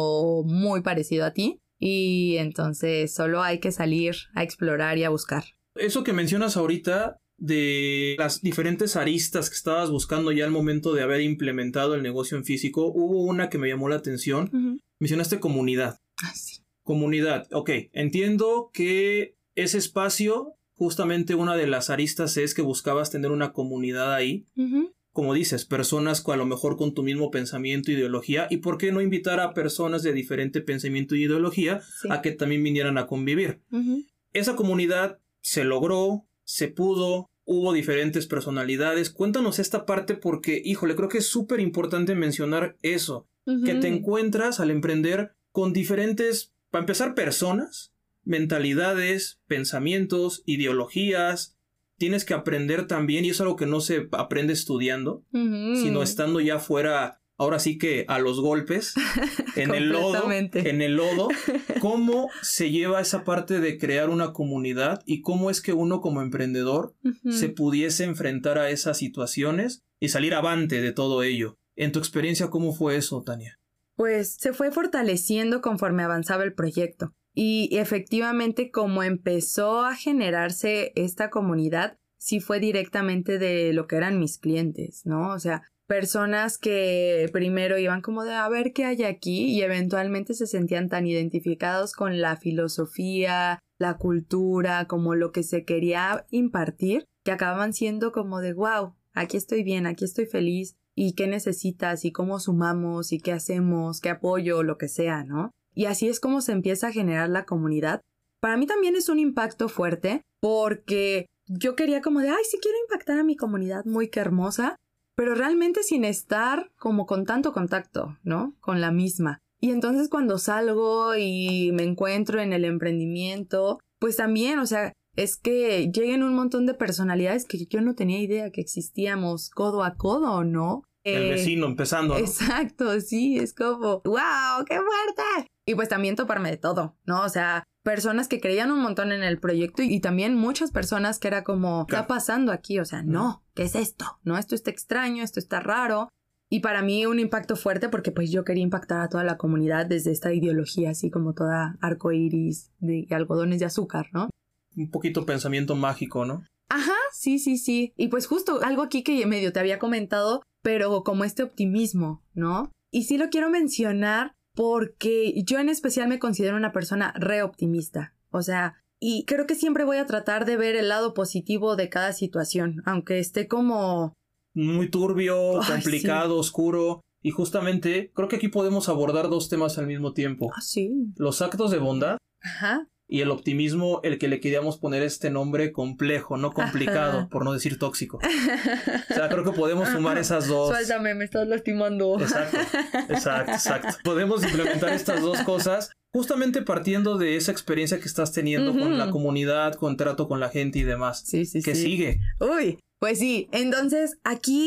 o muy parecido a ti y entonces solo hay que salir a explorar y a buscar. Eso que mencionas ahorita de las diferentes aristas que estabas buscando ya al momento de haber implementado el negocio en físico, hubo una que me llamó la atención. Uh-huh. Mencionaste comunidad. Ah, sí. Comunidad. Ok, entiendo que ese espacio, justamente una de las aristas es que buscabas tener una comunidad ahí. Uh-huh. Como dices, personas con, a lo mejor con tu mismo pensamiento e ideología. ¿Y por qué no invitar a personas de diferente pensamiento e ideología sí. a que también vinieran a convivir? Uh-huh. Esa comunidad se logró, se pudo, hubo diferentes personalidades. Cuéntanos esta parte porque, híjole, creo que es súper importante mencionar eso. Uh-huh. Que te encuentras al emprender con diferentes, para empezar, personas, mentalidades, pensamientos, ideologías. Tienes que aprender también, y es algo que no se aprende estudiando, uh-huh. sino estando ya fuera, ahora sí que a los golpes, en el lodo, en el lodo, cómo se lleva esa parte de crear una comunidad y cómo es que uno como emprendedor uh-huh. se pudiese enfrentar a esas situaciones y salir avante de todo ello. En tu experiencia, ¿cómo fue eso, Tania? Pues se fue fortaleciendo conforme avanzaba el proyecto. Y efectivamente, como empezó a generarse esta comunidad, sí fue directamente de lo que eran mis clientes, ¿no? O sea, personas que primero iban como de a ver qué hay aquí y eventualmente se sentían tan identificados con la filosofía, la cultura, como lo que se quería impartir, que acababan siendo como de wow, aquí estoy bien, aquí estoy feliz, y qué necesitas, y cómo sumamos, y qué hacemos, qué apoyo, lo que sea, ¿no? Y así es como se empieza a generar la comunidad. Para mí también es un impacto fuerte porque yo quería como de, ay, sí quiero impactar a mi comunidad, muy que hermosa, pero realmente sin estar como con tanto contacto, ¿no? Con la misma. Y entonces cuando salgo y me encuentro en el emprendimiento, pues también, o sea, es que lleguen un montón de personalidades que yo no tenía idea que existíamos codo a codo, ¿no? El eh, vecino empezando, ¿no? Exacto, sí, es como, ¡wow! ¡Qué fuerte! Y pues también toparme de todo, ¿no? O sea, personas que creían un montón en el proyecto y, y también muchas personas que era como, ¿qué está pasando aquí? O sea, no, ¿qué es esto? No, esto está extraño, esto está raro. Y para mí un impacto fuerte porque pues yo quería impactar a toda la comunidad desde esta ideología así como toda arcoíris de algodones de azúcar, ¿no? Un poquito pensamiento mágico, ¿no? Ajá, sí, sí, sí. Y pues justo algo aquí que medio te había comentado, pero como este optimismo, ¿no? Y sí lo quiero mencionar porque yo en especial me considero una persona re optimista. O sea, y creo que siempre voy a tratar de ver el lado positivo de cada situación, aunque esté como... muy turbio, Ay, complicado, sí. oscuro. Y justamente creo que aquí podemos abordar dos temas al mismo tiempo. Ah, sí. Los actos de bondad. Ajá. Y el optimismo, el que le queríamos poner este nombre complejo, no complicado, Ajá. por no decir tóxico. O sea, creo que podemos sumar esas dos. Suéltame, me estás lastimando. Exacto, exacto, exacto. Podemos implementar estas dos cosas justamente partiendo de esa experiencia que estás teniendo uh-huh. con la comunidad, con trato con la gente y demás. Sí, sí, que sí. sigue. Uy, pues sí. Entonces, aquí...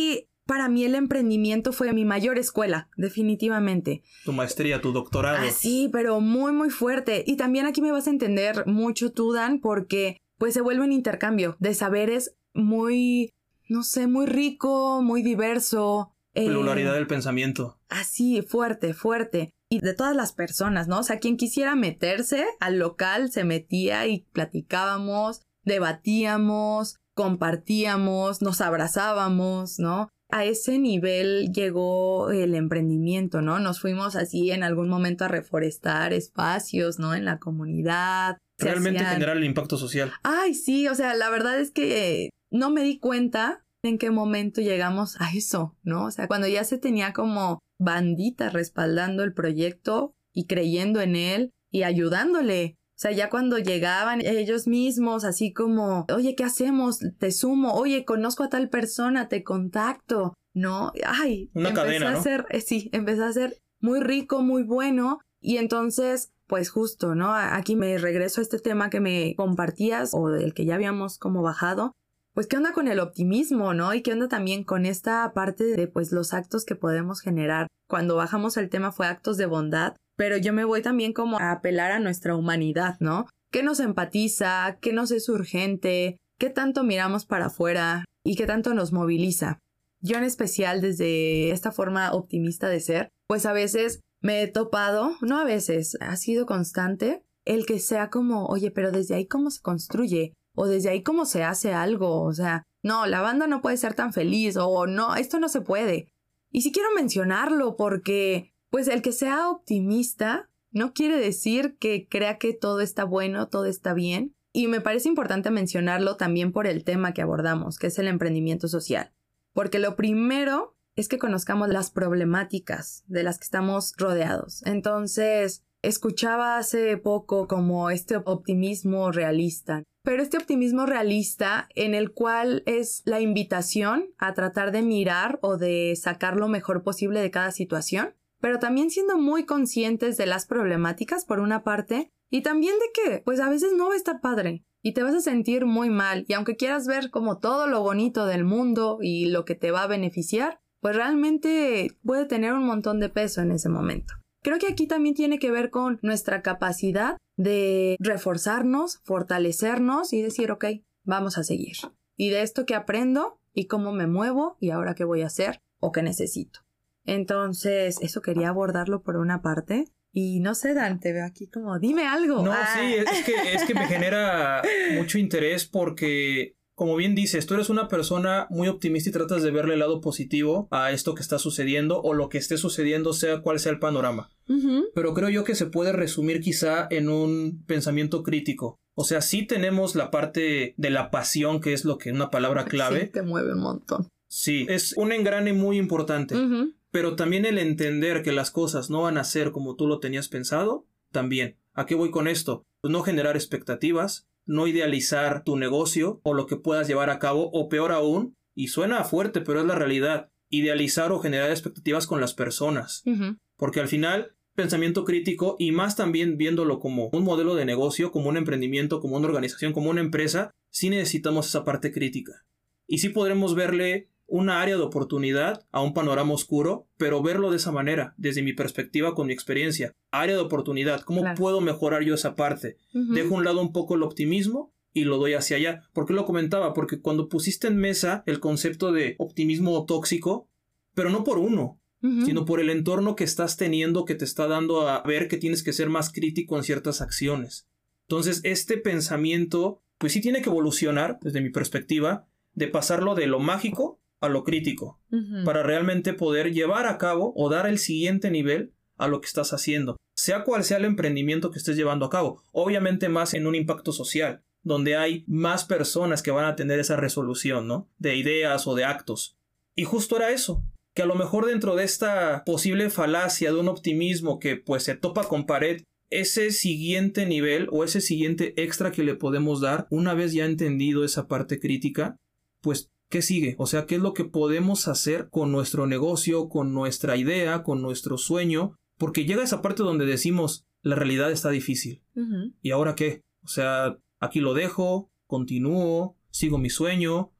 para mí el emprendimiento fue mi mayor escuela, definitivamente. Tu maestría, tu doctorado. Ah, sí, pero muy, muy fuerte. Y también aquí me vas a entender mucho tú, Dan, porque pues se vuelve un intercambio de saberes muy, no sé, muy rico, muy diverso. Pluralidad eh, del pensamiento. Así, fuerte, fuerte. Y de todas las personas, ¿no? O sea, quien quisiera meterse al local se metía y platicábamos, debatíamos, compartíamos, nos abrazábamos, ¿no? A ese nivel llegó el emprendimiento, ¿no? Nos fuimos así en algún momento a reforestar espacios, ¿no? En la comunidad. Realmente hacían... generar el impacto social. Ay, sí, o sea, la verdad es que eh, no me di cuenta en qué momento llegamos a eso, ¿no? O sea, cuando ya se tenía como bandita respaldando el proyecto y creyendo en él y ayudándole. O sea, ya cuando llegaban ellos mismos, así como, oye, ¿qué hacemos? Te sumo, oye, conozco a tal persona, te contacto, ¿no? Ay, una empezó cadena, a ¿no? ser, eh, sí, empezó a ser muy rico, muy bueno. Y entonces, pues justo, ¿no? Aquí me regreso a este tema que me compartías o del que ya habíamos como bajado. Pues, ¿qué onda con el optimismo, no? Y qué onda también con esta parte de, pues, los actos que podemos generar. Cuando bajamos el tema fue actos de bondad. Pero yo me voy también como a apelar a nuestra humanidad, ¿no? ¿Qué nos empatiza? ¿Qué nos es urgente? ¿Qué tanto miramos para afuera? ¿Y qué tanto nos moviliza? Yo en especial desde esta forma optimista de ser, pues a veces me he topado, no a veces, ha sido constante, el que sea como, oye, pero desde ahí cómo se construye, o desde ahí cómo se hace algo, o sea, no, la banda no puede ser tan feliz, o no, esto no se puede. Y sí quiero mencionarlo porque... Pues el que sea optimista no quiere decir que crea que todo está bueno, todo está bien. Y me parece importante mencionarlo también por el tema que abordamos, que es el emprendimiento social. Porque lo primero es que conozcamos las problemáticas de las que estamos rodeados. Entonces, escuchaba hace poco como este optimismo realista. Pero este optimismo realista en el cual es la invitación a tratar de mirar o de sacar lo mejor posible de cada situación. Pero también siendo muy conscientes de las problemáticas por una parte y también de que pues a veces no va a estar padre y te vas a sentir muy mal y aunque quieras ver como todo lo bonito del mundo y lo que te va a beneficiar, pues realmente puede tener un montón de peso en ese momento. Creo que aquí también tiene que ver con nuestra capacidad de reforzarnos, fortalecernos y decir, ok, vamos a seguir. Y de esto que aprendo y cómo me muevo y ahora qué voy a hacer o qué necesito. Entonces, eso quería abordarlo por una parte. Y no sé, Dan, te veo aquí como, dime algo. No, ah. sí, es que, es que me genera mucho interés porque, como bien dices, tú eres una persona muy optimista y tratas de verle el lado positivo a esto que está sucediendo o lo que esté sucediendo, sea cual sea el panorama. Uh-huh. Pero creo yo que se puede resumir quizá en un pensamiento crítico. O sea, sí tenemos la parte de la pasión, que es lo que una palabra clave. Sí, te mueve un montón. Sí, es un engrane muy importante. Uh-huh. Pero también el entender que las cosas no van a ser como tú lo tenías pensado, también. ¿A qué voy con esto? Pues no generar expectativas, no idealizar tu negocio o lo que puedas llevar a cabo, o peor aún, y suena fuerte, pero es la realidad, idealizar o generar expectativas con las personas. Uh-huh. Porque al final, pensamiento crítico, y más también viéndolo como un modelo de negocio, como un emprendimiento, como una organización, como una empresa, sí necesitamos esa parte crítica. Y sí podremos verle una área de oportunidad a un panorama oscuro, pero verlo de esa manera, desde mi perspectiva, con mi experiencia. Área de oportunidad, ¿cómo claro. puedo mejorar yo esa parte? Uh-huh. Dejo a un lado un poco el optimismo y lo doy hacia allá. ¿Por qué lo comentaba? Porque cuando pusiste en mesa el concepto de optimismo tóxico, pero no por uno, uh-huh. sino por el entorno que estás teniendo que te está dando a ver que tienes que ser más crítico en ciertas acciones. Entonces, este pensamiento, pues sí tiene que evolucionar, desde mi perspectiva, de pasarlo de lo mágico a lo crítico, uh-huh. para realmente poder llevar a cabo o dar el siguiente nivel a lo que estás haciendo, sea cual sea el emprendimiento que estés llevando a cabo, obviamente más en un impacto social, donde hay más personas que van a tener esa resolución, ¿no? De ideas o de actos. Y justo era eso, que a lo mejor dentro de esta posible falacia de un optimismo que pues se topa con pared, ese siguiente nivel o ese siguiente extra que le podemos dar, una vez ya entendido esa parte crítica, pues ¿qué sigue? O sea, ¿qué es lo que podemos hacer con nuestro negocio, con nuestra idea, con nuestro sueño? Porque llega esa parte donde decimos, la realidad está difícil. Uh-huh. ¿Y ahora qué? O sea, aquí lo dejo, continúo, sigo mi sueño,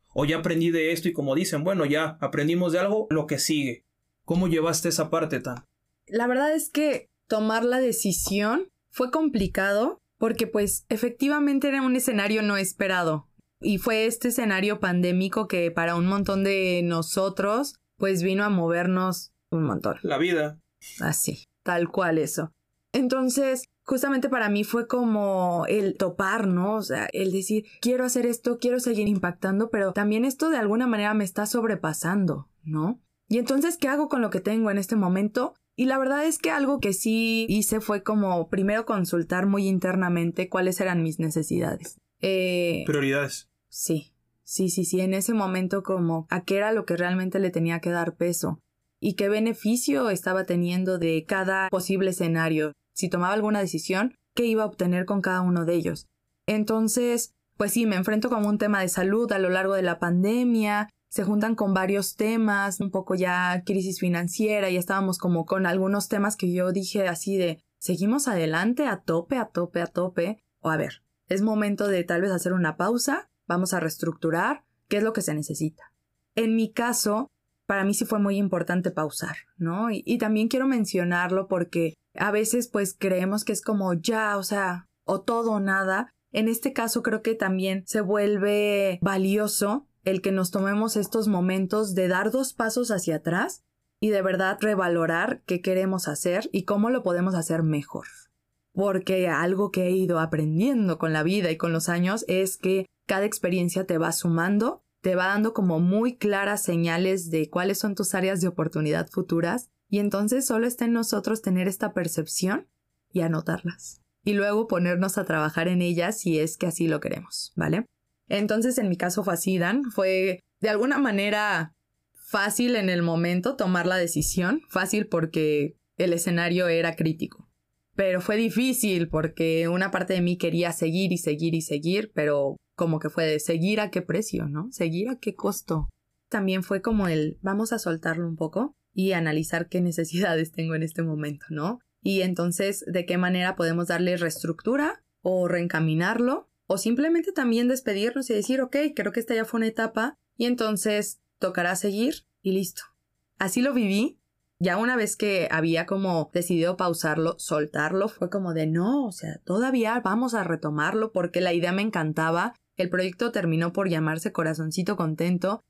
o ya aprendí de esto y como dicen, bueno, ya aprendimos de algo, lo que sigue. ¿Cómo llevaste esa parte, Tan? La verdad es que tomar la decisión fue complicado porque pues efectivamente era un escenario no esperado. Y fue este escenario pandémico que para un montón de nosotros pues vino a movernos un montón. La vida. Así, tal cual eso. Entonces, justamente para mí fue como el topar, ¿no? O sea, el decir, quiero hacer esto, quiero seguir impactando, pero también esto de alguna manera me está sobrepasando, ¿no? Y entonces, ¿qué hago con lo que tengo en este momento? Y la verdad es que algo que sí hice fue como primero consultar muy internamente cuáles eran mis necesidades. Eh, Prioridades. Sí, sí, sí, sí. En ese momento como a qué era lo que realmente le tenía que dar peso y qué beneficio estaba teniendo de cada posible escenario. Si tomaba alguna decisión, ¿qué iba a obtener con cada uno de ellos? Entonces, pues sí, me enfrento como un tema de salud a lo largo de la pandemia. Se juntan con varios temas, un poco ya crisis financiera, y estábamos como con algunos temas que yo dije así de, ¿seguimos adelante a tope, a tope, a tope? O a ver, es momento de tal vez hacer una pausa, vamos a reestructurar, ¿qué es lo que se necesita? En mi caso, para mí sí fue muy importante pausar, ¿no? Y, y también quiero mencionarlo porque a veces pues creemos que es como ya, o sea, o todo o nada. En este caso creo que también se vuelve valioso el que nos tomemos estos momentos de dar dos pasos hacia atrás y de verdad revalorar qué queremos hacer y cómo lo podemos hacer mejor. Porque algo que he ido aprendiendo con la vida y con los años es que cada experiencia te va sumando, te va dando como muy claras señales de cuáles son tus áreas de oportunidad futuras y entonces solo está en nosotros tener esta percepción y anotarlas. Y luego ponernos a trabajar en ellas si es que así lo queremos, ¿vale? Entonces, en mi caso fue así, Dan. Fue de alguna manera fácil en el momento tomar la decisión. Fácil porque el escenario era crítico. Pero fue difícil porque una parte de mí quería seguir y seguir y seguir, pero como que fue de seguir a qué precio, ¿no? Seguir a qué costo. También fue como el vamos a soltarlo un poco y analizar qué necesidades tengo en este momento, ¿no? Y entonces, ¿de qué manera podemos darle reestructura o reencaminarlo? O simplemente también despedirnos y decir, ok, creo que esta ya fue una etapa y entonces tocará seguir y listo. Así lo viví. Ya una vez que había como decidido pausarlo, soltarlo, fue como de no, o sea, todavía vamos a retomarlo porque la idea me encantaba. El proyecto terminó por llamarse Corazoncito Contento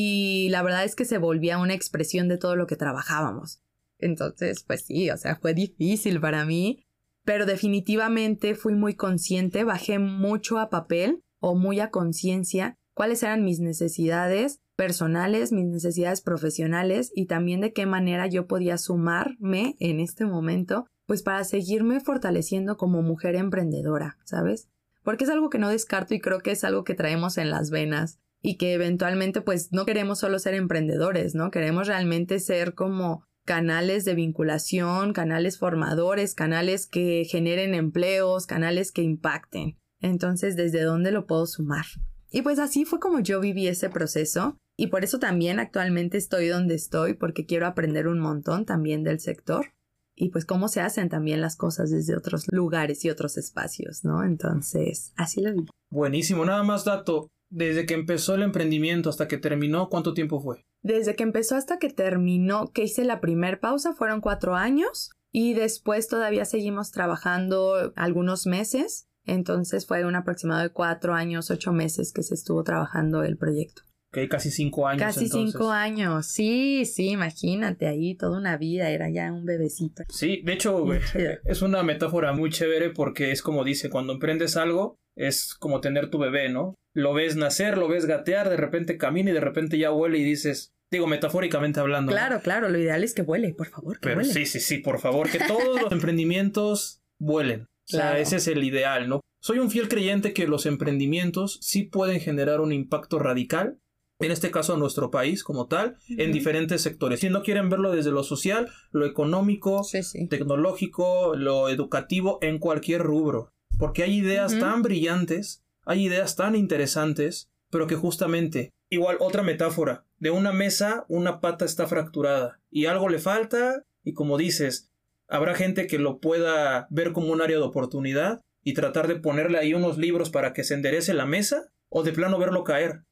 y la verdad es que se volvía una expresión de todo lo que trabajábamos. Entonces, pues sí, o sea, fue difícil para mí. Pero definitivamente fui muy consciente, bajé mucho a papel o muy a conciencia cuáles eran mis necesidades personales, mis necesidades profesionales y también de qué manera yo podía sumarme en este momento, pues para seguirme fortaleciendo como mujer emprendedora, ¿sabes? Porque es algo que no descarto y creo que es algo que traemos en las venas y que eventualmente pues no queremos solo ser emprendedores, ¿no? Queremos realmente ser como canales de vinculación, canales formadores, canales que generen empleos, canales que impacten. Entonces, ¿desde dónde lo puedo sumar? Y pues así fue como yo viví ese proceso y por eso también actualmente estoy donde estoy porque quiero aprender un montón también del sector y pues cómo se hacen también las cosas desde otros lugares y otros espacios, ¿no? Entonces, así lo viví. Buenísimo. Nada más dato. Desde que empezó el emprendimiento hasta que terminó, ¿cuánto tiempo fue? Desde que empezó hasta que terminó, que hice la primer pausa, fueron cuatro años y después todavía seguimos trabajando algunos meses. Entonces fue un aproximado de cuatro años, ocho meses que se estuvo trabajando el proyecto. Ok, casi cinco años. Casi entonces. cinco años, sí, sí, imagínate ahí toda una vida, era ya un bebecito. Sí, de hecho, güey, es una metáfora muy chévere porque es como dice, cuando emprendes algo, es como tener tu bebé, ¿no? Lo ves nacer, lo ves gatear, de repente camina y de repente ya huele y dices, digo, metafóricamente hablando. Claro, ¿no? claro, lo ideal es que vuele, por favor, que Pero vuele. sí, sí, sí, por favor, que todos los emprendimientos vuelen. O sea, Claro. ese es el ideal, ¿no? Soy un fiel creyente que los emprendimientos sí pueden generar un impacto radical, en este caso a nuestro país como tal, uh-huh. en diferentes sectores. Si no quieren verlo desde lo social, lo económico, sí, sí. tecnológico, lo educativo, en cualquier rubro. Porque hay ideas uh-huh. tan brillantes, hay ideas tan interesantes, pero que justamente, igual otra metáfora, de una mesa una pata está fracturada y algo le falta y como dices, habrá gente que lo pueda ver como un área de oportunidad y tratar de ponerle ahí unos libros para que se enderece la mesa o de plano verlo caer.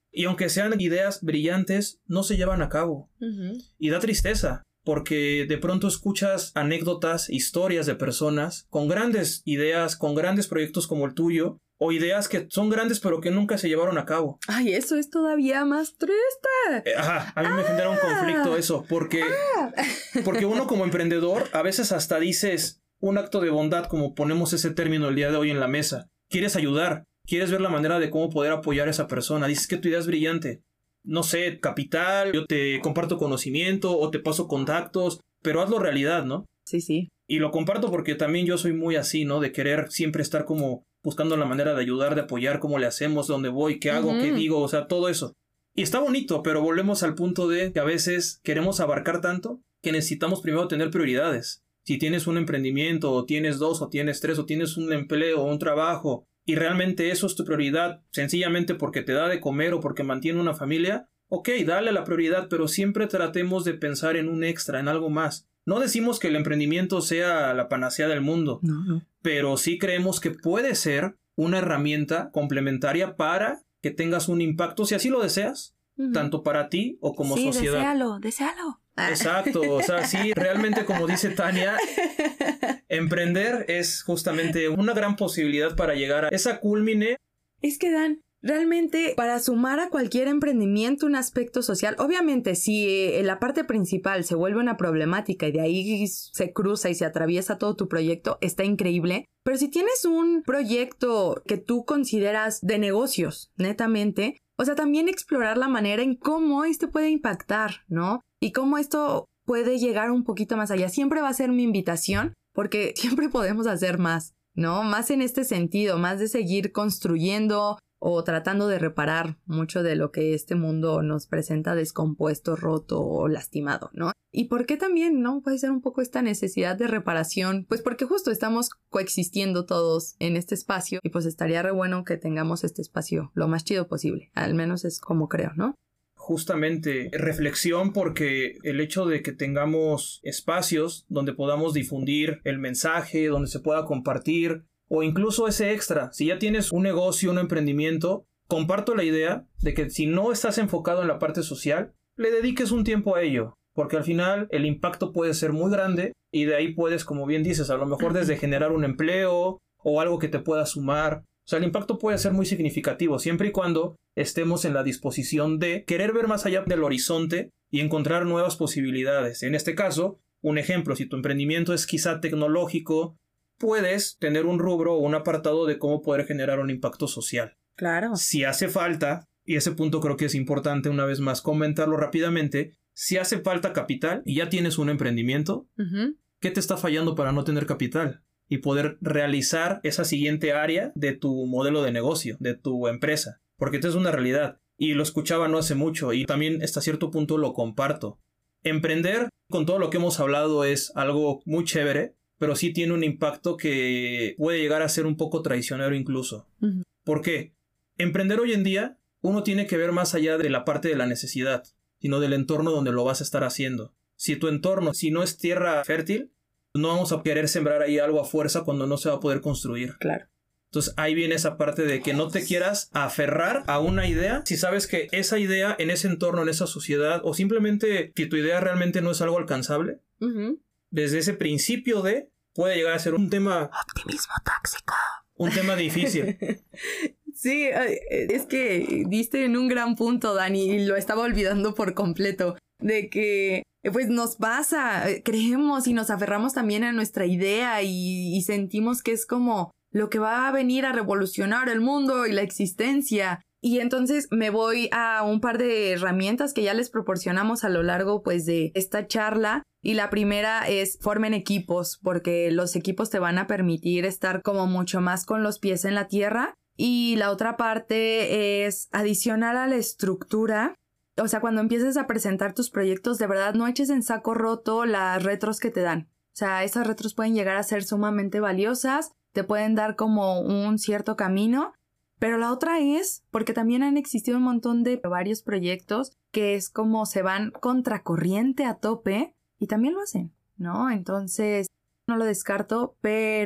Y aunque sean ideas brillantes, no se llevan a cabo. Uh-huh. Y da tristeza, porque de pronto escuchas anécdotas, historias de personas con grandes ideas, con grandes proyectos como el tuyo, o ideas que son grandes pero que nunca se llevaron a cabo. Ay, eso es todavía más triste. Eh, ajá, a mí ah, me genera un conflicto eso, porque, ah. porque uno como emprendedor a veces hasta dices un acto de bondad, como ponemos ese término el día de hoy en la mesa. Quieres ayudar, quieres ver la manera de cómo poder apoyar a esa persona. Dices que tu idea es brillante. No sé, capital, yo te comparto conocimiento o te paso contactos, pero hazlo realidad, ¿no? Sí, sí. Y lo comparto porque también yo soy muy así, ¿no? De querer siempre estar como buscando la manera de ayudar, de apoyar, cómo le hacemos, dónde voy, qué hago, uh-huh. qué digo, o sea, todo eso. Y está bonito, pero volvemos al punto de que a veces queremos abarcar tanto que necesitamos primero tener prioridades. Si tienes un emprendimiento, o tienes dos, o tienes tres, o tienes un empleo, o un trabajo, y realmente eso es tu prioridad, sencillamente porque te da de comer o porque mantiene una familia, ok, dale la prioridad, pero siempre tratemos de pensar en un extra, en algo más. No decimos que el emprendimiento sea la panacea del mundo, no, no. pero sí creemos que puede ser una herramienta complementaria para que tengas un impacto, si así lo deseas, uh-huh. tanto para ti o como sí, sociedad. Sí, deséalo, deséalo. Exacto, o sea, sí, realmente como dice Tania, emprender es justamente una gran posibilidad para llegar a esa cúlmine. Es que Dan, realmente para sumar a cualquier emprendimiento un aspecto social, obviamente si eh, la parte principal se vuelve una problemática y de ahí se cruza y se atraviesa todo tu proyecto, está increíble. Pero si tienes un proyecto que tú consideras de negocios, netamente, o sea, también explorar la manera en cómo esto puede impactar, ¿no? Y cómo esto puede llegar un poquito más allá. Siempre va a ser mi invitación, porque siempre podemos hacer más, ¿no? Más en este sentido, más de seguir construyendo o tratando de reparar mucho de lo que este mundo nos presenta descompuesto, roto o lastimado, ¿no? ¿Y por qué también, no? Puede ser un poco esta necesidad de reparación, pues porque justo estamos coexistiendo todos en este espacio y pues estaría re bueno que tengamos este espacio lo más chido posible, al menos es como creo, ¿no? Justamente reflexión, porque el hecho de que tengamos espacios donde podamos difundir el mensaje, donde se pueda compartir, o incluso ese extra, si ya tienes un negocio, un emprendimiento, comparto la idea de que si no estás enfocado en la parte social, le dediques un tiempo a ello, porque al final el impacto puede ser muy grande y de ahí puedes, como bien dices, a lo mejor desde generar un empleo o algo que te pueda sumar. O sea, el impacto puede ser muy significativo siempre y cuando estemos en la disposición de querer ver más allá del horizonte y encontrar nuevas posibilidades. En este caso, un ejemplo, si tu emprendimiento es quizá tecnológico, puedes tener un rubro o un apartado de cómo poder generar un impacto social. Claro. Si hace falta, y ese punto creo que es importante una vez más comentarlo rápidamente, si hace falta capital y ya tienes un emprendimiento, uh-huh. ¿qué te está fallando para no tener capital? Y poder realizar esa siguiente área de tu modelo de negocio, de tu empresa. Porque esto es una realidad. Y lo escuchaba no hace mucho y también hasta cierto punto lo comparto. Emprender, con todo lo que hemos hablado, es algo muy chévere, pero sí tiene un impacto que puede llegar a ser un poco traicionero incluso. Uh-huh. ¿Por qué? Emprender hoy en día, uno tiene que ver más allá de la parte de la necesidad, sino del entorno donde lo vas a estar haciendo. Si tu entorno, si no es tierra fértil, no vamos a querer sembrar ahí algo a fuerza cuando no se va a poder construir. Claro. Entonces ahí viene esa parte de que no te quieras aferrar a una idea si sabes que esa idea en ese entorno, en esa sociedad, o simplemente que tu idea realmente no es algo alcanzable. Uh-huh. Desde ese principio de puede llegar a ser un tema... Optimismo tóxico. Un tema difícil. Sí, es que diste en un gran punto, Dani, y lo estaba olvidando por completo, de que pues nos pasa, creemos y nos aferramos también a nuestra idea y, y sentimos que es como lo que va a venir a revolucionar el mundo y la existencia. Y entonces me voy a un par de herramientas que ya les proporcionamos a lo largo pues de esta charla. Y la primera es formen equipos, porque los equipos te van a permitir estar como mucho más con los pies en la tierra. Y la otra parte es adicionar a la estructura. O sea, cuando empieces a presentar tus proyectos, de verdad no eches en saco roto las retros que te dan. O sea, esas retros pueden llegar a ser sumamente valiosas, te pueden dar como un cierto camino. Pero la otra es, porque también han existido un montón de varios proyectos que es como se van contracorriente a tope y también lo hacen, ¿no? Entonces, no lo descarto, pero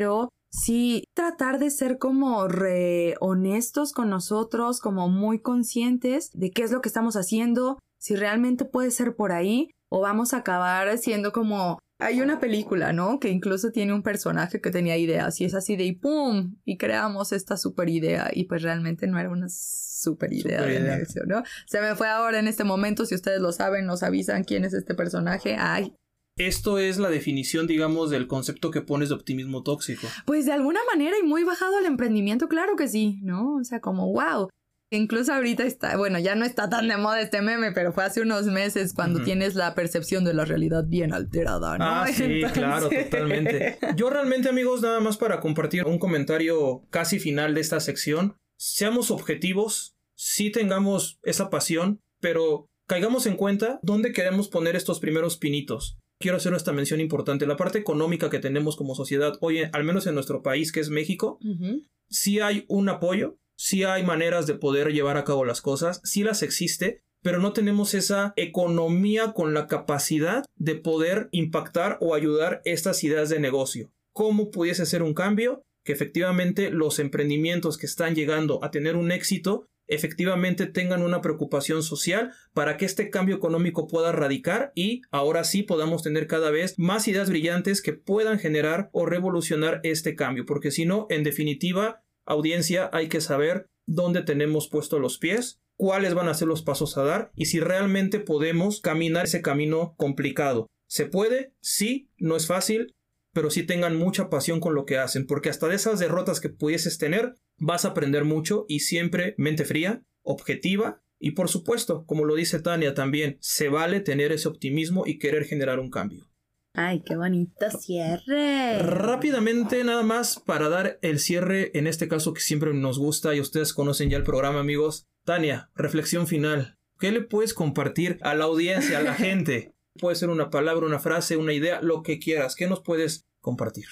sí tratar de ser como re honestos con nosotros, como muy conscientes de qué es lo que estamos haciendo, si realmente puede ser por ahí o vamos a acabar siendo como... Hay una película, ¿no? Que incluso tiene un personaje que tenía ideas y es así de y ¡pum! Y creamos esta super idea y pues realmente no era una super idea super de idea. Negocio, ¿no? Se me fue ahora en este momento, si ustedes lo saben, nos avisan quién es este personaje. ¡Ay! Esto es la definición, digamos, del concepto que pones de optimismo tóxico. Pues de alguna manera y muy bajado al emprendimiento, claro que sí, ¿no? O sea, como wow. Incluso ahorita está, bueno, ya no está tan de moda este meme, pero fue hace unos meses cuando uh-huh. tienes la percepción de la realidad bien alterada, ¿no? Ah, sí, entonces... claro, totalmente. Yo realmente, amigos, nada más para compartir un comentario casi final de esta sección. Seamos objetivos, sí tengamos esa pasión, pero caigamos en cuenta dónde queremos poner estos primeros pinitos. Quiero hacer esta mención importante. La parte económica que tenemos como sociedad, hoy, al menos en nuestro país, que es México, uh-huh. sí hay un apoyo. Sí hay maneras de poder llevar a cabo las cosas, sí las existe, pero no tenemos esa economía con la capacidad de poder impactar o ayudar estas ideas de negocio. ¿Cómo pudiese ser un cambio? Que efectivamente los emprendimientos que están llegando a tener un éxito, efectivamente tengan una preocupación social para que este cambio económico pueda radicar y ahora sí podamos tener cada vez más ideas brillantes que puedan generar o revolucionar este cambio, porque si no, en definitiva, audiencia, hay que saber dónde tenemos puestos los pies, cuáles van a ser los pasos a dar y si realmente podemos caminar ese camino complicado. ¿Se puede? Sí, no es fácil, pero sí tengan mucha pasión con lo que hacen, porque hasta de esas derrotas que pudieses tener, vas a aprender mucho y siempre mente fría, objetiva y por supuesto, como lo dice Tania también, se vale tener ese optimismo y querer generar un cambio. ¡Ay, qué bonito cierre! Rápidamente, nada más para dar el cierre, en este caso que siempre nos gusta y ustedes conocen ya el programa, amigos. Tania, reflexión final. ¿Qué le puedes compartir a la audiencia, a la gente? Puede ser una palabra, una frase, una idea, lo que quieras. ¿Qué nos puedes compartir?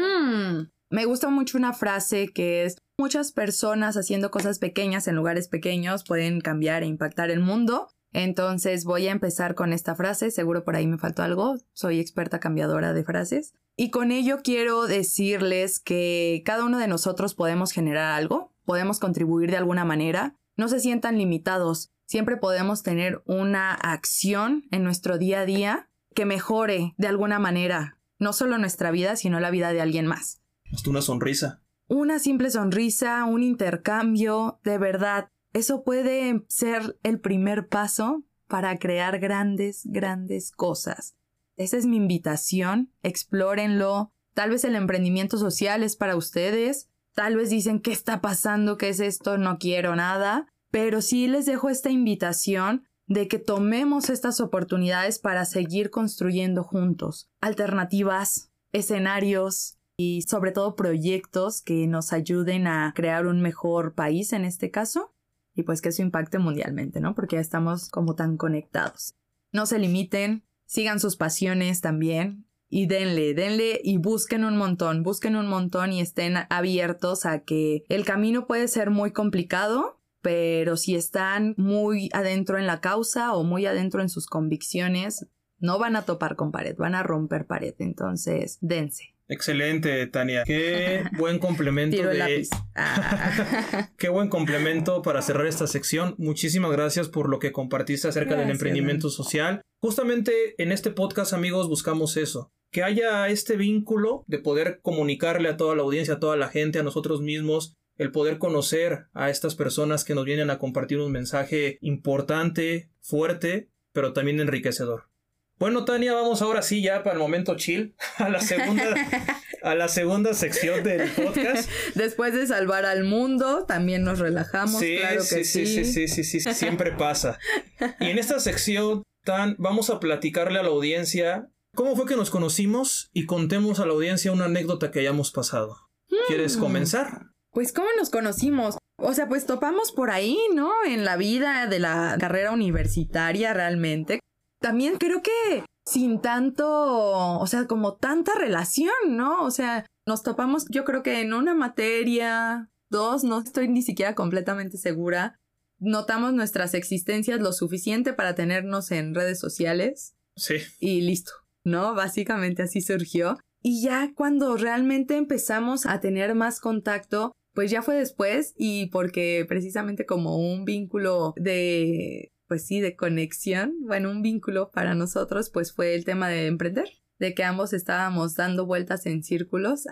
Mm, me gusta mucho una frase que es: muchas personas haciendo cosas pequeñas en lugares pequeños pueden cambiar e impactar el mundo. Entonces voy a empezar con esta frase, seguro por ahí me faltó algo, soy experta cambiadora de frases. Y con ello quiero decirles que cada uno de nosotros podemos generar algo, podemos contribuir de alguna manera, no se sientan limitados, siempre podemos tener una acción en nuestro día a día que mejore de alguna manera, no solo nuestra vida, sino la vida de alguien más. Hasta una sonrisa. Una simple sonrisa, un intercambio, de verdad. Eso puede ser el primer paso para crear grandes, grandes cosas. Esa es mi invitación. Explórenlo. Tal vez el emprendimiento social es para ustedes. Tal vez dicen, ¿qué está pasando? ¿Qué es esto? No quiero nada. Pero sí les dejo esta invitación de que tomemos estas oportunidades para seguir construyendo juntos alternativas, escenarios y sobre todo proyectos que nos ayuden a crear un mejor país en este caso. Y pues que eso impacte mundialmente, ¿no? Porque ya estamos como tan conectados. No se limiten, sigan sus pasiones también y denle, denle y busquen un montón, busquen un montón y estén abiertos a que el camino puede ser muy complicado, pero si están muy adentro en la causa o muy adentro en sus convicciones, no van a topar con pared, van a romper pared. Entonces, dense. Excelente, Tania. Qué buen complemento. Tiro el de... lápiz. Ah. Qué buen complemento para cerrar esta sección. Muchísimas gracias por lo que compartiste acerca gracias, del emprendimiento man. social. Justamente en este podcast, amigos, buscamos eso. Que haya este vínculo de poder comunicarle a toda la audiencia, a toda la gente, a nosotros mismos, el poder conocer a estas personas que nos vienen a compartir un mensaje importante, fuerte, pero también enriquecedor. Bueno, Tania, vamos ahora sí ya para el momento chill, a la segunda, a la segunda sección del podcast. Después de salvar al mundo, también nos relajamos, sí, claro que sí. Sí, sí, sí, sí, sí, siempre pasa. Y en esta sección, Tan, vamos a platicarle a la audiencia cómo fue que nos conocimos y contemos a la audiencia una anécdota que hayamos pasado. ¿Quieres comenzar? Pues, ¿cómo nos conocimos? O sea, pues topamos por ahí, ¿no? En la vida de la carrera universitaria realmente. También creo que sin tanto, o sea, como tanta relación, ¿no? O sea, nos topamos yo creo que en una materia, dos, no estoy ni siquiera completamente segura. Notamos nuestras existencias lo suficiente para tenernos en redes sociales. Sí. Y listo, ¿no? Básicamente así surgió. Y ya cuando realmente empezamos a tener más contacto, pues ya fue después y porque precisamente como un vínculo de, pues sí, de conexión, bueno, un vínculo para nosotros, pues fue el tema de emprender. De que ambos estábamos dando vueltas en círculos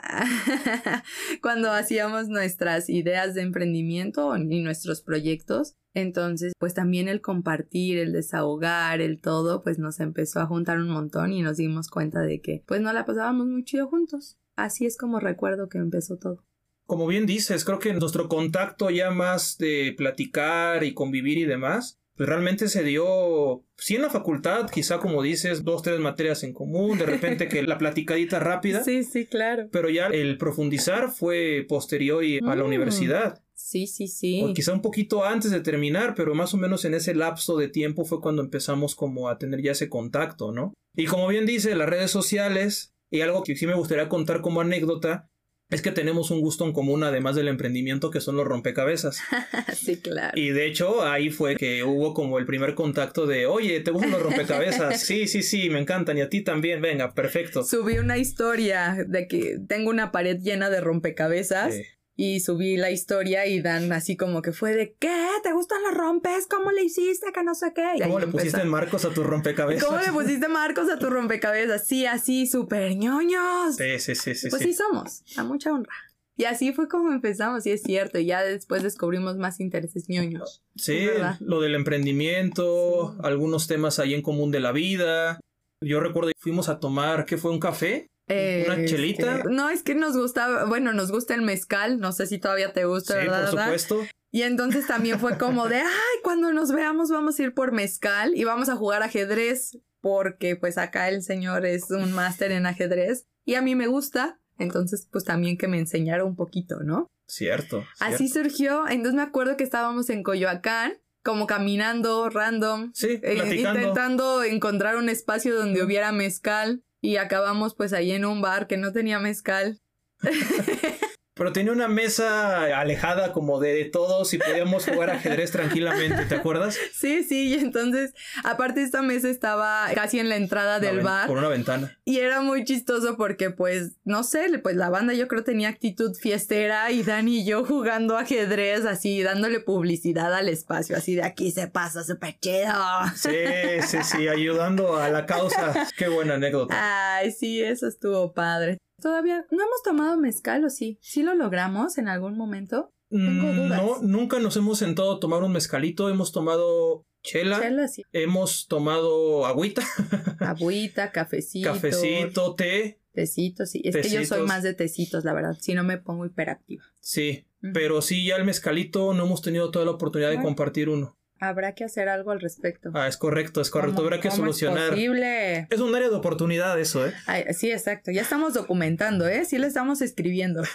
cuando hacíamos nuestras ideas de emprendimiento y nuestros proyectos. Entonces, pues también el compartir, el desahogar, el todo, pues nos empezó a juntar un montón y nos dimos cuenta de que pues no la pasábamos muy chido juntos. Así es como recuerdo que empezó todo. Como bien dices, creo que nuestro contacto ya más de platicar y convivir y demás, pues realmente se dio, sí en la facultad, quizá como dices, dos, tres materias en común, de repente que la platicadita rápida. Sí, sí, claro. Pero ya el profundizar fue posterior y a la Mm. universidad. Sí, sí, sí. O quizá un poquito antes de terminar, pero más o menos en ese lapso de tiempo fue cuando empezamos como a tener ya ese contacto, ¿no? Y como bien dice, las redes sociales, y algo que sí me gustaría contar como anécdota, es que tenemos un gusto en común además del emprendimiento que son los rompecabezas. Sí, claro. Y de hecho ahí fue que hubo como el primer contacto de, oye, ¿te gustan los rompecabezas? Sí, sí, sí, me encantan y a ti también, venga, perfecto. Subí una historia de que tengo una pared llena de rompecabezas. Sí. Y subí la historia y Dan así como que fue de ¿qué? ¿Te gustan los rompes? ¿Cómo le hiciste? Que no sé qué. Y ¿Cómo le pusiste empezó. marcos a tus rompecabezas? ¿Cómo le pusiste marcos a tus rompecabezas? Sí, así, súper ñoños. Sí, sí, sí, sí. Pues sí. sí somos, a mucha honra. Y así fue como empezamos, y es cierto, y ya después descubrimos más intereses ñoños. Sí, lo del emprendimiento, sí. Algunos temas ahí en común de la vida. Yo recuerdo que fuimos a tomar, ¿qué fue? ¿Un café? ¿Una chelita? Este, no, es que nos gusta, bueno, nos gusta el mezcal, no sé si todavía te gusta, sí, ¿verdad? Sí, por supuesto. Y entonces también fue como de, ay, cuando nos veamos vamos a ir por mezcal y vamos a jugar ajedrez, porque pues acá el señor es un máster en ajedrez y a mí me gusta, entonces pues también que me enseñara un poquito, ¿no? Cierto. Así cierto. surgió, entonces me acuerdo que estábamos en Coyoacán, como caminando random, sí, eh, intentando encontrar un espacio donde mm. hubiera mezcal. Y acabamos pues ahí en un bar que no tenía mezcal. Pero tenía una mesa alejada como de, de todos y podíamos jugar ajedrez tranquilamente, ¿te acuerdas? Sí, sí, y entonces, aparte esta mesa estaba casi en la entrada del ven, bar. Por una ventana. Y era muy chistoso porque pues, no sé, pues la banda yo creo tenía actitud fiestera y Dani y yo jugando ajedrez, así, dándole publicidad al espacio, así de aquí se pasa súper chido. Sí, sí, sí, ayudando a la causa. Qué buena anécdota. Ay, sí, eso estuvo padre. Todavía no hemos tomado mezcal, ¿o sí? ¿Sí lo logramos en algún momento? Tengo dudas. No, nunca nos hemos sentado a tomar un mezcalito. Hemos tomado chela. Chela, sí. Hemos tomado agüita. Agüita, cafecito. Cafecito, té. Tecitos, sí. Es Tecitos. que yo soy más de tecitos, la verdad. Si no me pongo hiperactiva. Sí, uh-huh. Pero sí, ya el mezcalito no hemos tenido toda la oportunidad de compartir uno. Habrá que hacer algo al respecto. Ah, es correcto, es correcto. Habrá que solucionar. Es posible. Es un área de oportunidad eso, ¿eh? Ay, sí, exacto. Ya estamos documentando, ¿eh? Sí lo estamos escribiendo.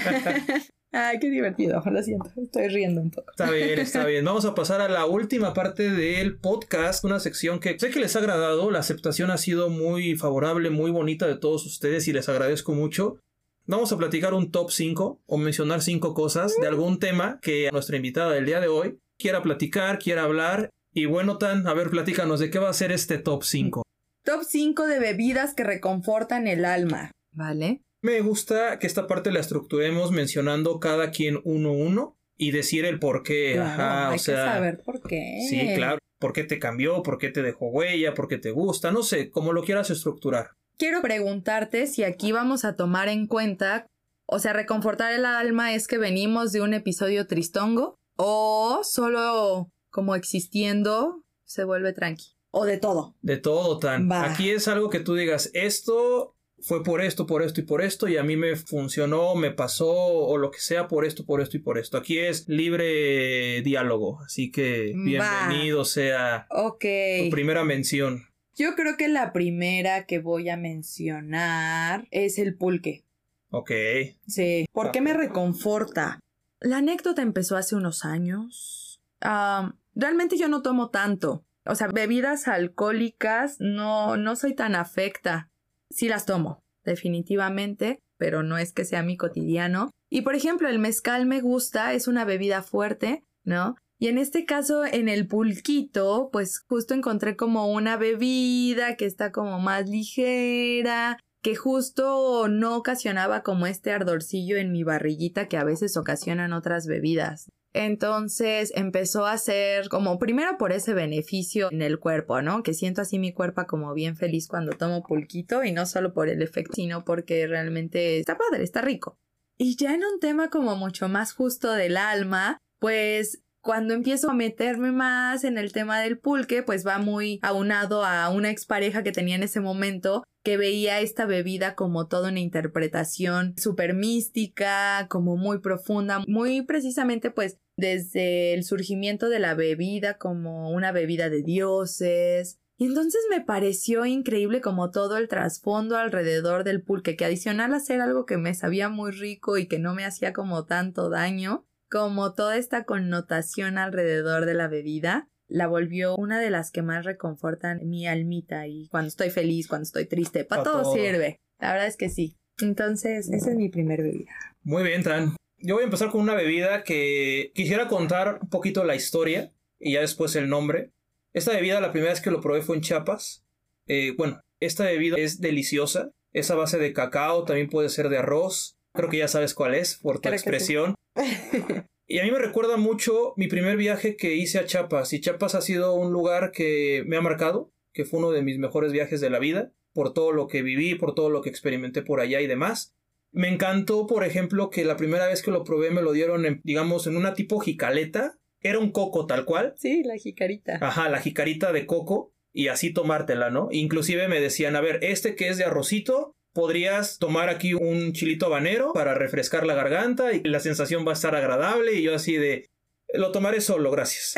Ay, qué divertido. Lo siento. Estoy riendo un poco. Está bien, está bien. Vamos a pasar a la última parte del podcast. Una sección que sé que les ha agradado. La aceptación ha sido muy favorable, muy bonita de todos ustedes y les agradezco mucho. Vamos a platicar un top cinco o mencionar cinco cosas de algún tema que nuestra invitada del día de hoy quiera platicar, quiera hablar. Y bueno, Tan, a ver, platícanos, ¿de qué va a ser este top cinco? Top cinco de bebidas que reconfortan el alma, ¿vale? Me gusta que esta parte la estructuremos mencionando cada quien uno uno y decir el por qué. Claro, Ajá, hay o sea, que saber por qué. Sí, claro. ¿Por qué te cambió? ¿Por qué te dejó huella? ¿Por qué te gusta? No sé, como lo quieras estructurar. Quiero preguntarte si aquí vamos a tomar en cuenta, o sea, reconfortar el alma es que venimos de un episodio tristongo. O solo como existiendo se vuelve tranqui. O de todo. De todo, Tan. Va. Aquí es algo que tú digas, esto fue por esto, por esto y por esto, y a mí me funcionó, me pasó, o lo que sea, por esto, por esto y por esto. Aquí es libre diálogo, así que bienvenido Va. sea okay. tu primera mención. Yo creo que la primera que voy a mencionar es el pulque. Ok. Sí. ¿Por qué me reconforta? La anécdota empezó hace unos años. Um, realmente yo no tomo tanto. O sea, bebidas alcohólicas no, no soy tan afecta. Sí las tomo, definitivamente, pero no es que sea mi cotidiano. Y por ejemplo, el mezcal me gusta, es una bebida fuerte, ¿no? Y en este caso, en el pulquito, pues justo encontré como una bebida que está como más ligera, que justo no ocasionaba como este ardorcillo en mi barriguita que a veces ocasionan otras bebidas. Entonces empezó a ser como primero por ese beneficio en el cuerpo, ¿no? Que siento así mi cuerpo como bien feliz cuando tomo pulquito y no solo por el efecto, sino porque realmente está padre, está rico. Y ya en un tema como mucho más justo del alma, pues cuando empiezo a meterme más en el tema del pulque, pues va muy aunado a una expareja que tenía en ese momento que veía esta bebida como toda una interpretación súper mística, como muy profunda, muy precisamente pues desde el surgimiento de la bebida como una bebida de dioses. Y entonces me pareció increíble como todo el trasfondo alrededor del pulque, que adicional a ser algo que me sabía muy rico y que no me hacía como tanto daño, como toda esta connotación alrededor de la bebida, la volvió una de las que más reconfortan mi almita. Y cuando estoy feliz, cuando estoy triste, para todo, todo sirve. La verdad es que sí. Entonces, esa es mi primer bebida. Muy bien, Tran. Yo voy a empezar con una bebida que quisiera contar un poquito la historia y ya después el nombre. Esta bebida, la primera vez que lo probé fue en Chiapas. Eh, bueno, esta bebida es deliciosa. Es a base de cacao, también puede ser de arroz. Creo que ya sabes cuál es por tu Creo expresión. Y a mí me recuerda mucho mi primer viaje que hice a Chiapas. Y Chiapas ha sido un lugar que me ha marcado, que fue uno de mis mejores viajes de la vida, por todo lo que viví, por todo lo que experimenté por allá y demás. Me encantó, por ejemplo, que la primera vez que lo probé me lo dieron, en, digamos, en una tipo jicaleta. Era un coco tal cual. Sí, la jicarita. Ajá, la jicarita de coco. Y así tomártela, ¿no? Inclusive me decían, a ver, este que es de arrocito, podrías tomar aquí un chilito habanero para refrescar la garganta y la sensación va a estar agradable. Y yo así de, lo tomaré solo, gracias.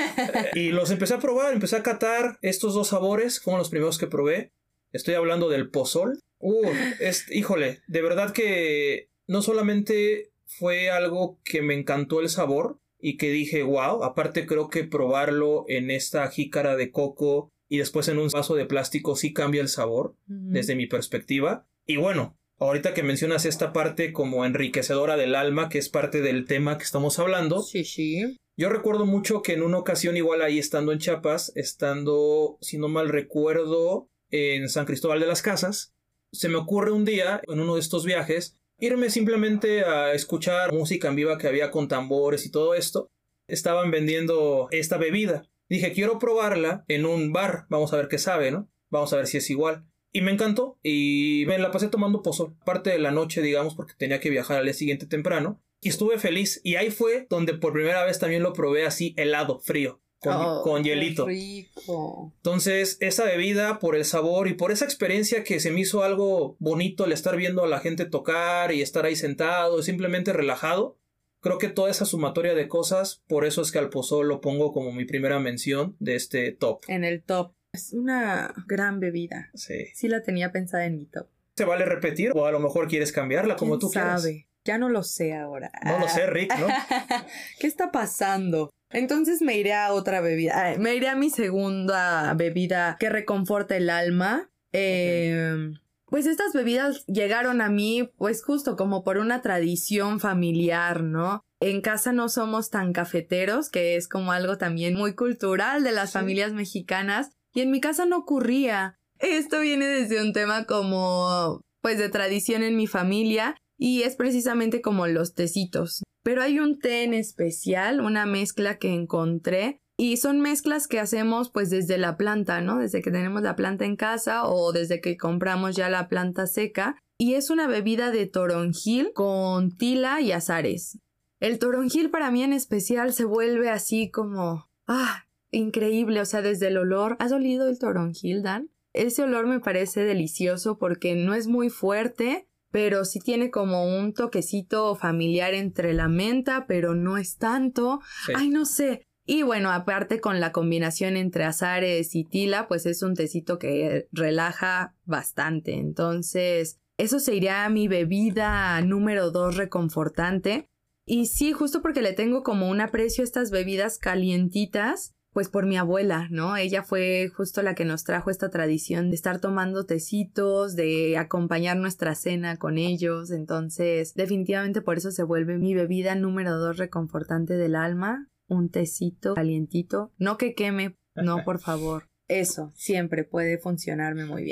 Y los empecé a probar, empecé a catar estos dos sabores. Fueron los primeros que probé. Estoy hablando del pozol. Uh, es, híjole, de verdad que no solamente fue algo que me encantó el sabor y que dije, wow, aparte creo que probarlo en esta jícara de coco y después en un vaso de plástico sí cambia el sabor, uh-huh. desde mi perspectiva. Y bueno, ahorita que mencionas esta parte como enriquecedora del alma, que es parte del tema que estamos hablando. Sí, sí. Yo recuerdo mucho que en una ocasión igual ahí estando en Chiapas, estando, si no mal recuerdo, en San Cristóbal de las Casas, se me ocurre un día, en uno de estos viajes, irme simplemente a escuchar música en viva que había con tambores y todo esto. Estaban vendiendo esta bebida. Dije, quiero probarla en un bar. Vamos a ver qué sabe, ¿no? Vamos a ver si es igual. Y me encantó. Y me la pasé tomando pozol. Parte de la noche, digamos, porque tenía que viajar al día siguiente temprano. Y estuve feliz. Y ahí fue donde por primera vez también lo probé así, helado, frío. Con, oh, con hielito. Qué rico. Entonces, esa bebida, por el sabor y por esa experiencia que se me hizo algo bonito al estar viendo a la gente tocar y estar ahí sentado, simplemente relajado, creo que toda esa sumatoria de cosas, por eso es que al pozol lo pongo como mi primera mención de este top. En el top. Es una gran bebida. Sí. Sí la tenía pensada en mi top. ¿Se vale repetir? O a lo mejor quieres cambiarla como tú quieras. ¿Quién sabe? Ya no lo sé ahora. No lo sé, Rick, ¿no? ¿Qué está pasando? Entonces me iré a otra bebida. Me iré a mi segunda bebida que reconforta el alma. Eh, okay. Pues estas bebidas llegaron a mí pues justo como por una tradición familiar, ¿no? En casa no somos tan cafeteros, que es como algo también muy cultural de las sí. familias mexicanas. Y en mi casa no ocurría. Esto viene desde un tema como pues de tradición en mi familia y es precisamente como los tecitos. Pero hay un té en especial, una mezcla que encontré y son mezclas que hacemos pues desde la planta, ¿no? Desde que tenemos la planta en casa o desde que compramos ya la planta seca. Y es una bebida de toronjil con tila y azares. El toronjil para mí en especial se vuelve así como, ah, increíble, o sea, desde el olor. ¿Has olido el toronjil, Dan? Ese olor me parece delicioso porque no es muy fuerte, pero sí tiene como un toquecito familiar entre la menta, pero no es tanto. Sí. Ay, no sé. Y bueno, aparte con la combinación entre azares y tila, pues es un tecito que relaja bastante. Entonces, eso sería mi bebida número dos reconfortante. Y sí, justo porque le tengo como un aprecio a estas bebidas calientitas, pues por mi abuela, ¿no? Ella fue justo la que nos trajo esta tradición de estar tomando tecitos, de acompañar nuestra cena con ellos. Entonces, definitivamente por eso se vuelve mi bebida número dos reconfortante del alma. Un tecito calientito. No que queme, no, por favor. Eso siempre puede funcionarme muy bien.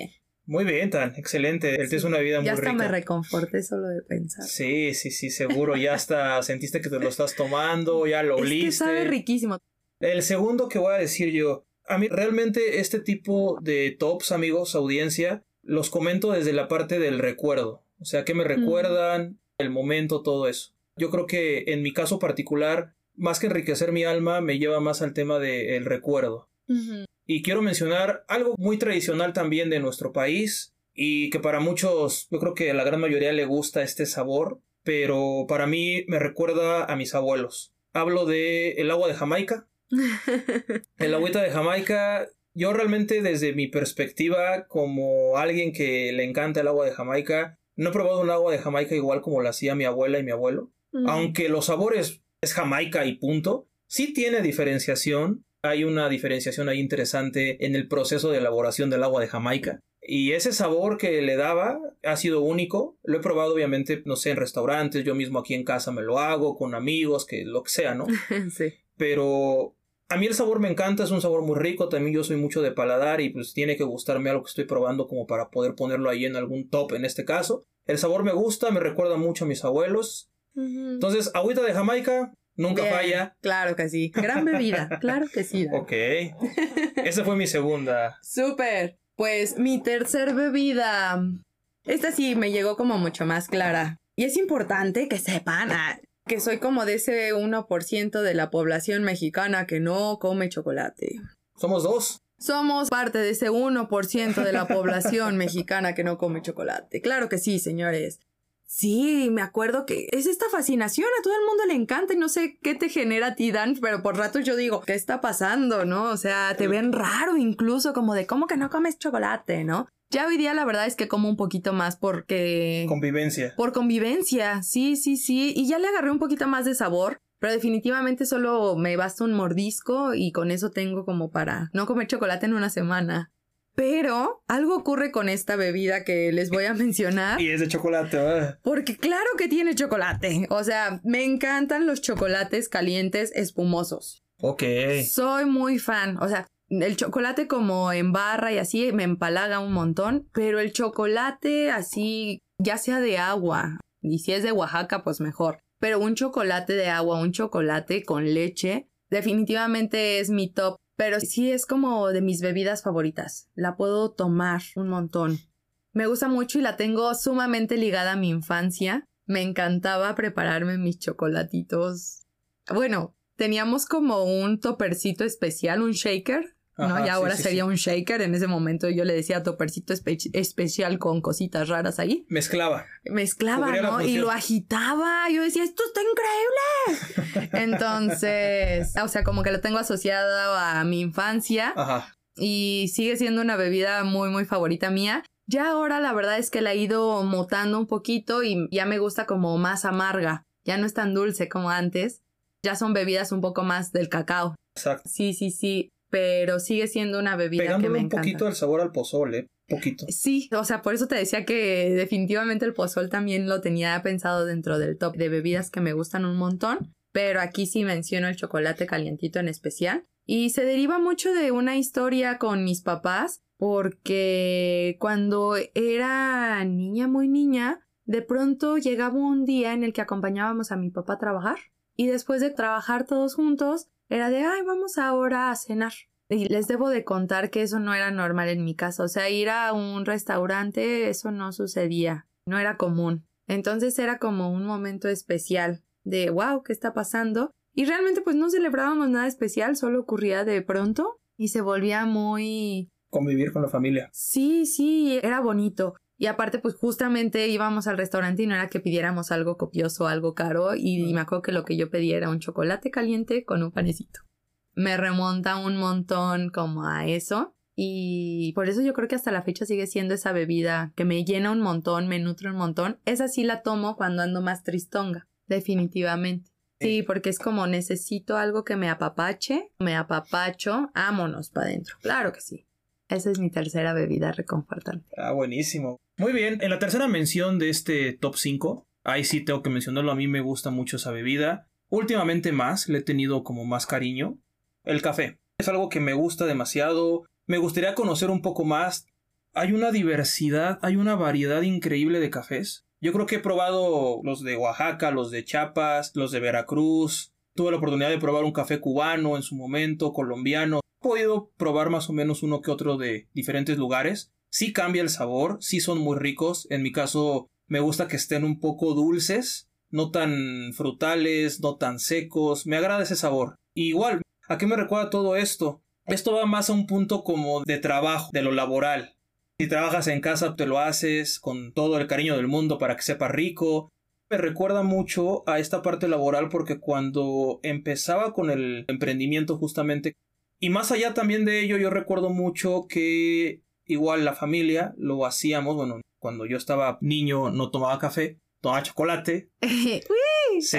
Muy bien, Tan, excelente. El té es una bebida muy ya rica. Ya hasta me reconforté solo de pensar. Sí, sí, sí, seguro. Ya hasta sentiste que te lo estás tomando, ya lo oliste. Es que sabe riquísimo. El segundo que voy a decir yo, a mí realmente este tipo de tops, amigos, audiencia, los comento desde la parte del recuerdo. O sea, que me recuerdan, mm. el momento, todo eso. Yo creo que en mi caso particular, más que enriquecer mi alma, me lleva más al tema del recuerdo. Uh-huh. Y quiero mencionar algo muy tradicional también de nuestro país y que para muchos, yo creo que a la gran mayoría le gusta este sabor, pero para mí me recuerda a mis abuelos. Hablo de el agua de Jamaica. El agüita de Jamaica, yo realmente desde mi perspectiva como alguien que le encanta el agua de Jamaica, no he probado un agua de Jamaica igual como la hacía mi abuela y mi abuelo. Mm. Aunque los sabores es Jamaica y punto, sí tiene diferenciación. Hay una diferenciación ahí interesante en el proceso de elaboración del agua de Jamaica. Y ese sabor que le daba ha sido único. Lo he probado obviamente, no sé, en restaurantes. Yo mismo aquí en casa me lo hago, con amigos, que lo que sea, ¿no? Sí. Pero a mí el sabor me encanta, es un sabor muy rico. También yo soy mucho de paladar y pues tiene que gustarme algo que estoy probando como para poder ponerlo ahí en algún top en este caso. El sabor me gusta, me recuerda mucho a mis abuelos. Uh-huh. Entonces, agüita de Jamaica... Nunca Bien, falla. Claro que sí. Gran bebida. Claro que sí. Dan. Ok. Esa fue mi segunda. Súper. Pues mi tercer bebida. Esta sí me llegó como mucho más clara. Y es importante que sepan ah, que soy como de ese uno por ciento de la población mexicana que no come chocolate. Somos dos. Somos parte de ese uno por ciento de la población mexicana que no come chocolate. Claro que sí, señores. Sí, me acuerdo que es esta fascinación, a todo el mundo le encanta y no sé qué te genera a ti, Dan, pero por ratos yo digo, ¿qué está pasando, no? O sea, te ven raro incluso, como de, ¿cómo que no comes chocolate, no? Ya hoy día la verdad es que como un poquito más porque... Convivencia. Por convivencia, sí, sí, sí, y ya le agarré un poquito más de sabor, pero definitivamente solo me basta un mordisco y con eso tengo como para no comer chocolate en una semana. Pero algo ocurre con esta bebida que les voy a mencionar. Y es de chocolate, ¿verdad? Porque claro que tiene chocolate. O sea, me encantan los chocolates calientes espumosos. Ok. Soy muy fan. O sea, el chocolate como en barra y así me empalaga un montón. Pero el chocolate así, ya sea de agua, y si es de Oaxaca, pues mejor. Pero un chocolate de agua, un chocolate con leche, definitivamente es mi top. Pero sí es como de mis bebidas favoritas. La puedo tomar un montón. Me gusta mucho y la tengo sumamente ligada a mi infancia. Me encantaba prepararme mis chocolatitos. Bueno, teníamos como un topercito especial, un shaker, ¿no? Ajá, y ahora sí, sí, sería sí. un shaker. En ese momento yo le decía topercito espe- especial con cositas raras ahí. Mezclaba. Mezclaba, ¿no? Y lo agitaba. Yo decía, esto está increíble. Entonces, o sea, como que lo tengo asociado a mi infancia. Ajá. Y sigue siendo una bebida muy, muy favorita mía. Ya ahora la verdad es que la he ido mutando un poquito y ya me gusta como más amarga. Ya no es tan dulce como antes. Ya son bebidas un poco más del cacao. Exacto. Sí, sí, sí. Pero sigue siendo una bebida Pegándole que me un encanta. poquito el sabor al pozole, poquito. Sí, o sea, por eso te decía que definitivamente el pozol también lo tenía pensado dentro del top de bebidas que me gustan un montón, pero aquí sí menciono el chocolate calientito en especial. Y se deriva mucho de una historia con mis papás, porque cuando era niña, muy niña, de pronto llegaba un día en el que acompañábamos a mi papá a trabajar, y después de trabajar todos juntos, era de, ay, vamos ahora a cenar. Y les debo de contar que eso no era normal en mi casa. O sea, ir a un restaurante, eso no sucedía. No era común. Entonces era como un momento especial de, wow, ¿qué está pasando? Y realmente pues no celebrábamos nada especial, solo ocurría de pronto y se volvía muy... Convivir con la familia. Sí, sí, era bonito. Y aparte, pues justamente íbamos al restaurante y no era que pidiéramos algo copioso, algo caro. Y, y me acuerdo que lo que yo pedí era un chocolate caliente con un panecito. Me remonta un montón como a eso. Y por eso yo creo que hasta la fecha sigue siendo esa bebida que me llena un montón, me nutre un montón. Esa sí la tomo cuando ando más tristonga, definitivamente. Sí, porque es como necesito algo que me apapache, me apapacho, vámonos para adentro. Claro que sí. Esa es mi tercera bebida reconfortante. Ah, buenísimo. Muy bien, en la tercera mención de este top cinco, ahí sí tengo que mencionarlo, a mí me gusta mucho esa bebida. Últimamente más, le he tenido como más cariño. El café. Es algo que me gusta demasiado. Me gustaría conocer un poco más hay una diversidad, hay una variedad increíble de cafés. Yo creo que he probado los de Oaxaca, los de Chiapas, los de Veracruz. Tuve la oportunidad de probar un café cubano en su momento, colombiano. He podido probar más o menos uno que otro de diferentes lugares. Sí cambia el sabor, sí son muy ricos. En mi caso me gusta que estén un poco dulces, no tan frutales, no tan secos. Me agrada ese sabor. Y igual, ¿a qué me recuerda todo esto? Esto va más a un punto como de trabajo, de lo laboral. Si trabajas en casa, te lo haces con todo el cariño del mundo para que sepa rico. Me recuerda mucho a esta parte laboral porque cuando empezaba con el emprendimiento justamente, y más allá también de ello, yo recuerdo mucho que igual la familia lo hacíamos, bueno, cuando yo estaba niño no tomaba café, tomaba chocolate. Sí.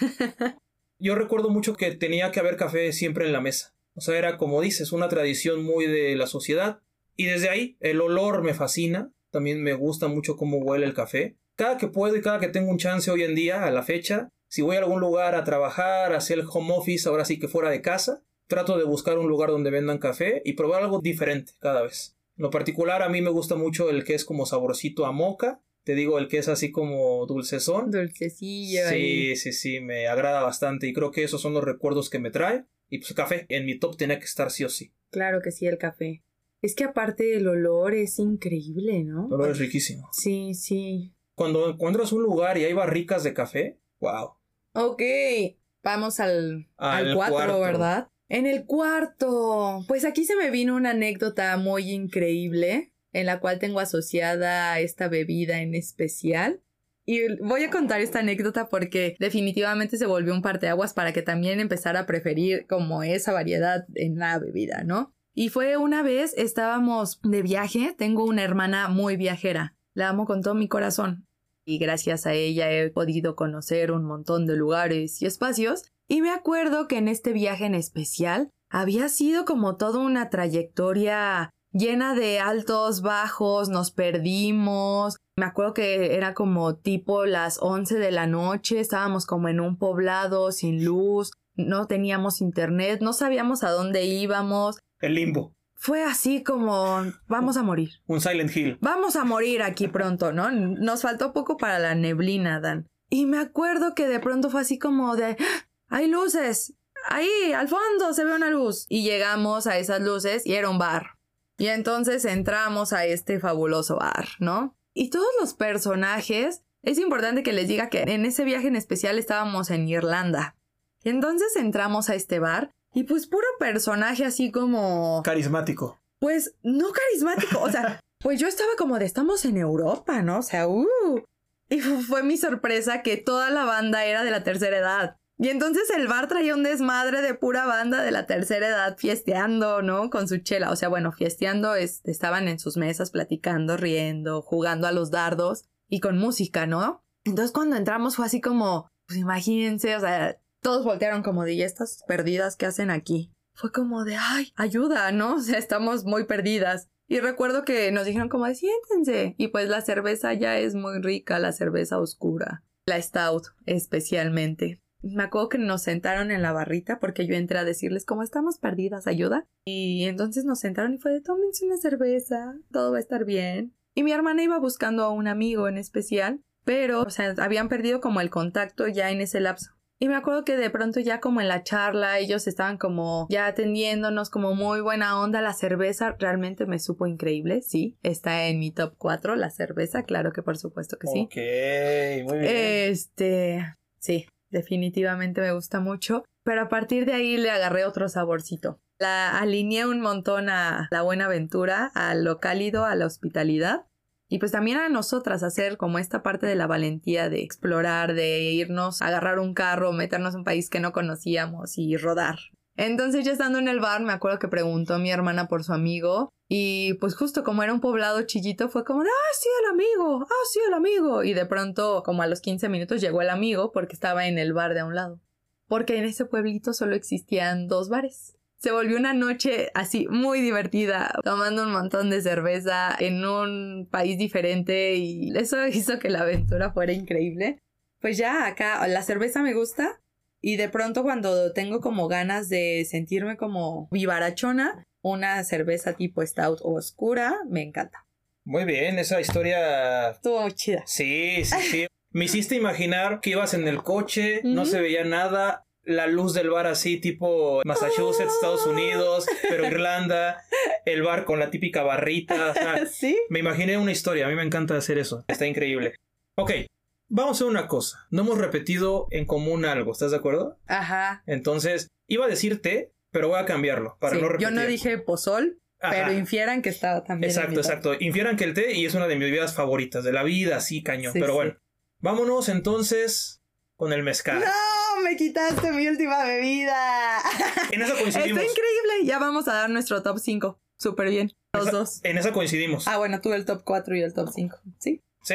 Yo recuerdo mucho que tenía que haber café siempre en la mesa. O sea, era como dices, una tradición muy de la sociedad. Y desde ahí, el olor me fascina. También me gusta mucho cómo huele el café. Cada que puedo y cada que tengo un chance hoy en día, a la fecha, si voy a algún lugar a trabajar, a hacer el home office, ahora sí que fuera de casa, trato de buscar un lugar donde vendan café y probar algo diferente cada vez. En lo particular, a mí me gusta mucho el que es como saborcito a moca. Te digo, el que es así como dulcezón. Dulcecillo. Sí, ahí. sí, sí, me agrada bastante y creo que esos son los recuerdos que me trae. Y pues café, en mi top tenía que estar sí o sí. Claro que sí, el café. Es que aparte el olor es increíble, ¿no? El olor es riquísimo. Sí, sí. Cuando encuentras un lugar y hay barricas de café, wow. Ok, vamos al, Al al cuatro, cuarto. ¿verdad? En el cuarto, pues aquí se me vino una anécdota muy increíble en la cual tengo asociada esta bebida en especial. Y voy a contar esta anécdota porque definitivamente se volvió un parteaguas para que también empezara a preferir como esa variedad en la bebida, ¿no? Y fue una vez, estábamos de viaje, tengo una hermana muy viajera, la amo con todo mi corazón. Y gracias a ella he podido conocer un montón de lugares y espacios. Y me acuerdo que en este viaje en especial había sido como toda una trayectoria llena de altos, bajos, nos perdimos. Me acuerdo que era como tipo las once de la noche, estábamos como en un poblado sin luz, no teníamos internet, no sabíamos a dónde íbamos. El limbo. Fue así como, vamos a morir. Un Silent Hill. Vamos a morir aquí pronto, ¿no? Nos faltó poco para la neblina, Dan. Y me acuerdo que de pronto fue así como de, ¡ah! ¡Hay luces! Ahí, al fondo se ve una luz. Y llegamos a esas luces y era un bar. Y entonces entramos a este fabuloso bar, ¿no? Y todos los personajes, es importante que les diga que en ese viaje en especial estábamos en Irlanda. Y entonces entramos a este bar y pues puro personaje así como... Carismático. Pues no carismático, o sea, pues yo estaba como de estamos en Europa, ¿no? O sea, uh. Y fue mi sorpresa que toda la banda era de la tercera edad. Y entonces el bar traía un desmadre de pura banda de la tercera edad fiesteando, ¿no? Con su chela. O sea, bueno, fiesteando, es, estaban en sus mesas platicando, riendo, jugando a los dardos y con música, ¿no? Entonces cuando entramos fue así como, pues imagínense, o sea, todos voltearon como de, ¿y estas perdidas qué hacen aquí? Fue como de, ay, ayuda, ¿no? O sea, estamos muy perdidas. Y recuerdo que nos dijeron como de, siéntense. Y pues la cerveza ya es muy rica, la cerveza oscura. La stout, especialmente. Me acuerdo que nos sentaron en la barrita porque yo entré a decirles como estamos perdidas, ayuda. Y entonces nos sentaron y fue de tómense una cerveza, todo va a estar bien. Y mi hermana iba buscando a un amigo en especial, pero, o sea, habían perdido como el contacto ya en ese lapso. Y me acuerdo que de pronto ya como en la charla ellos estaban como ya atendiéndonos como muy buena onda. La cerveza realmente me supo increíble, sí. Está en mi top cuatro, la cerveza, claro que por supuesto que sí. Ok, muy bien. Este, sí, definitivamente me gusta mucho. Pero a partir de ahí le agarré otro saborcito. La alineé un montón a la buena aventura, a lo cálido, a la hospitalidad. Y pues también a nosotras hacer como esta parte de la valentía de explorar, de irnos, agarrar un carro, meternos en un país que no conocíamos y rodar. Entonces ya estando en el bar me acuerdo que preguntó a mi hermana por su amigo y pues justo como era un poblado chillito fue como de ¡ah, sí, el amigo! ¡ah, sí, el amigo! Y de pronto como a los quince minutos llegó el amigo porque estaba en el bar de a un lado. Porque en ese pueblito solo existían dos bares. Se volvió una noche así muy divertida, tomando un montón de cerveza en un país diferente y eso hizo que la aventura fuera increíble. Pues ya acá la cerveza me gusta y de pronto cuando tengo como ganas de sentirme como vivarachona, una cerveza tipo stout o oscura me encanta. Muy bien, esa historia... Estuvo chida. Sí, sí, sí. Me hiciste imaginar que ibas en el coche, uh-huh. no se veía nada, la luz del bar así tipo Massachusetts, oh. Estados Unidos, pero Irlanda, el bar con la típica barrita. O sea, ¿sí? Me imaginé una historia, a mí me encanta hacer eso, está increíble. Ok, vamos a hacer una cosa, no hemos repetido en común algo, ¿estás de acuerdo? Ajá. Entonces, iba a decir té, pero voy a cambiarlo para sí, no repetir. Yo no dije pozol. Ajá. Pero infieran que estaba también. Exacto, exacto. Infieran que el té y es una de mis bebidas favoritas de la vida, sí, cañón. Sí, pero sí. Bueno, vámonos entonces con el mezcal. ¡No! ¡Me quitaste mi última bebida! En esa coincidimos. Está increíble. Ya vamos a dar nuestro top cinco. Súper bien. Los esa, dos. En esa coincidimos. Ah, bueno, tú el top cuatro y el top cinco. ¿Sí? ¿Sí?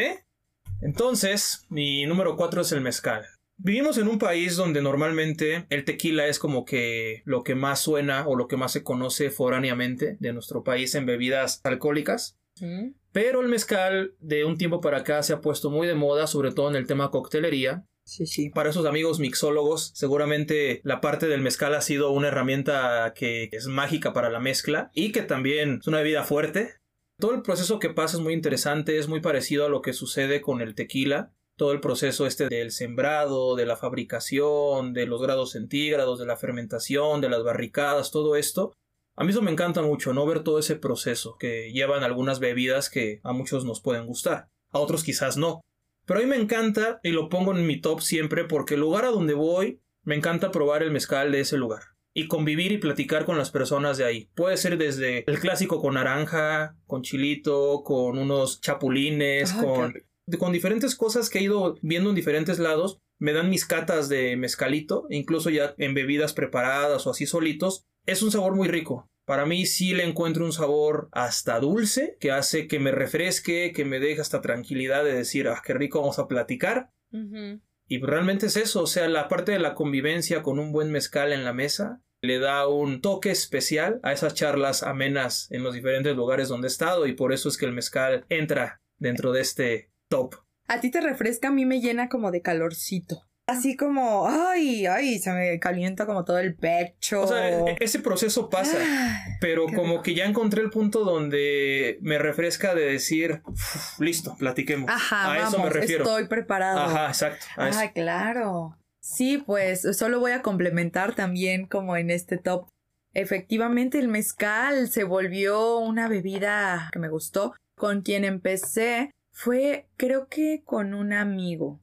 Entonces, mi número cuatro es el mezcal. Vivimos en un país donde normalmente el tequila es como que lo que más suena o lo que más se conoce foráneamente de nuestro país en bebidas alcohólicas. ¿Mm? Pero el mezcal de un tiempo para acá se ha puesto muy de moda, sobre todo en el tema coctelería. Sí, sí. Para esos amigos mixólogos, seguramente la parte del mezcal ha sido una herramienta que es mágica para la mezcla y que también es una bebida fuerte. Todo el proceso que pasa es muy interesante, es muy parecido a lo que sucede con el tequila. Todo el proceso este del sembrado, de la fabricación, de los grados centígrados, de la fermentación, de las barricadas, todo esto. A mí eso me encanta mucho, ¿no? Ver todo ese proceso que llevan algunas bebidas que a muchos nos pueden gustar, a otros quizás no. Pero a mí me encanta y lo pongo en mi top siempre porque el lugar a donde voy, me encanta probar el mezcal de ese lugar. Y convivir y platicar con las personas de ahí. Puede ser desde el clásico con naranja, con chilito, con unos chapulines, ah, con... Qué... con diferentes cosas que he ido viendo en diferentes lados, me dan mis catas de mezcalito, incluso ya en bebidas preparadas o así solitos. Es un sabor muy rico. Para mí sí le encuentro un sabor hasta dulce, que hace que me refresque, que me deje hasta tranquilidad de decir, ah, qué rico, vamos a platicar. Uh-huh. Y realmente es eso, o sea, la parte de la convivencia con un buen mezcal en la mesa le da un toque especial a esas charlas amenas en los diferentes lugares donde he estado y por eso es que el mezcal entra dentro de este top. A ti te refresca, a mí me llena como de calorcito. Así como, ay, ay, se me calienta como todo el pecho. O sea, ese proceso pasa, ah, pero como rico. Que ya encontré el punto donde me refresca de decir, listo, platiquemos. Ajá, a vamos, eso me refiero. Estoy preparado. Ajá, exacto. Ah, eso. Claro. Sí, pues solo voy a complementar también como en este top. Efectivamente, el mezcal se volvió una bebida que me gustó. Con quien empecé fue, creo que con un amigo.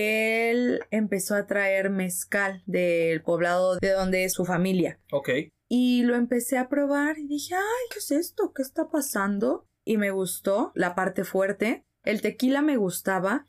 Él empezó a traer mezcal del poblado de donde es su familia. Ok. Y lo empecé a probar y dije, ay, ¿qué es esto? ¿Qué está pasando? Y me gustó la parte fuerte. El tequila me gustaba,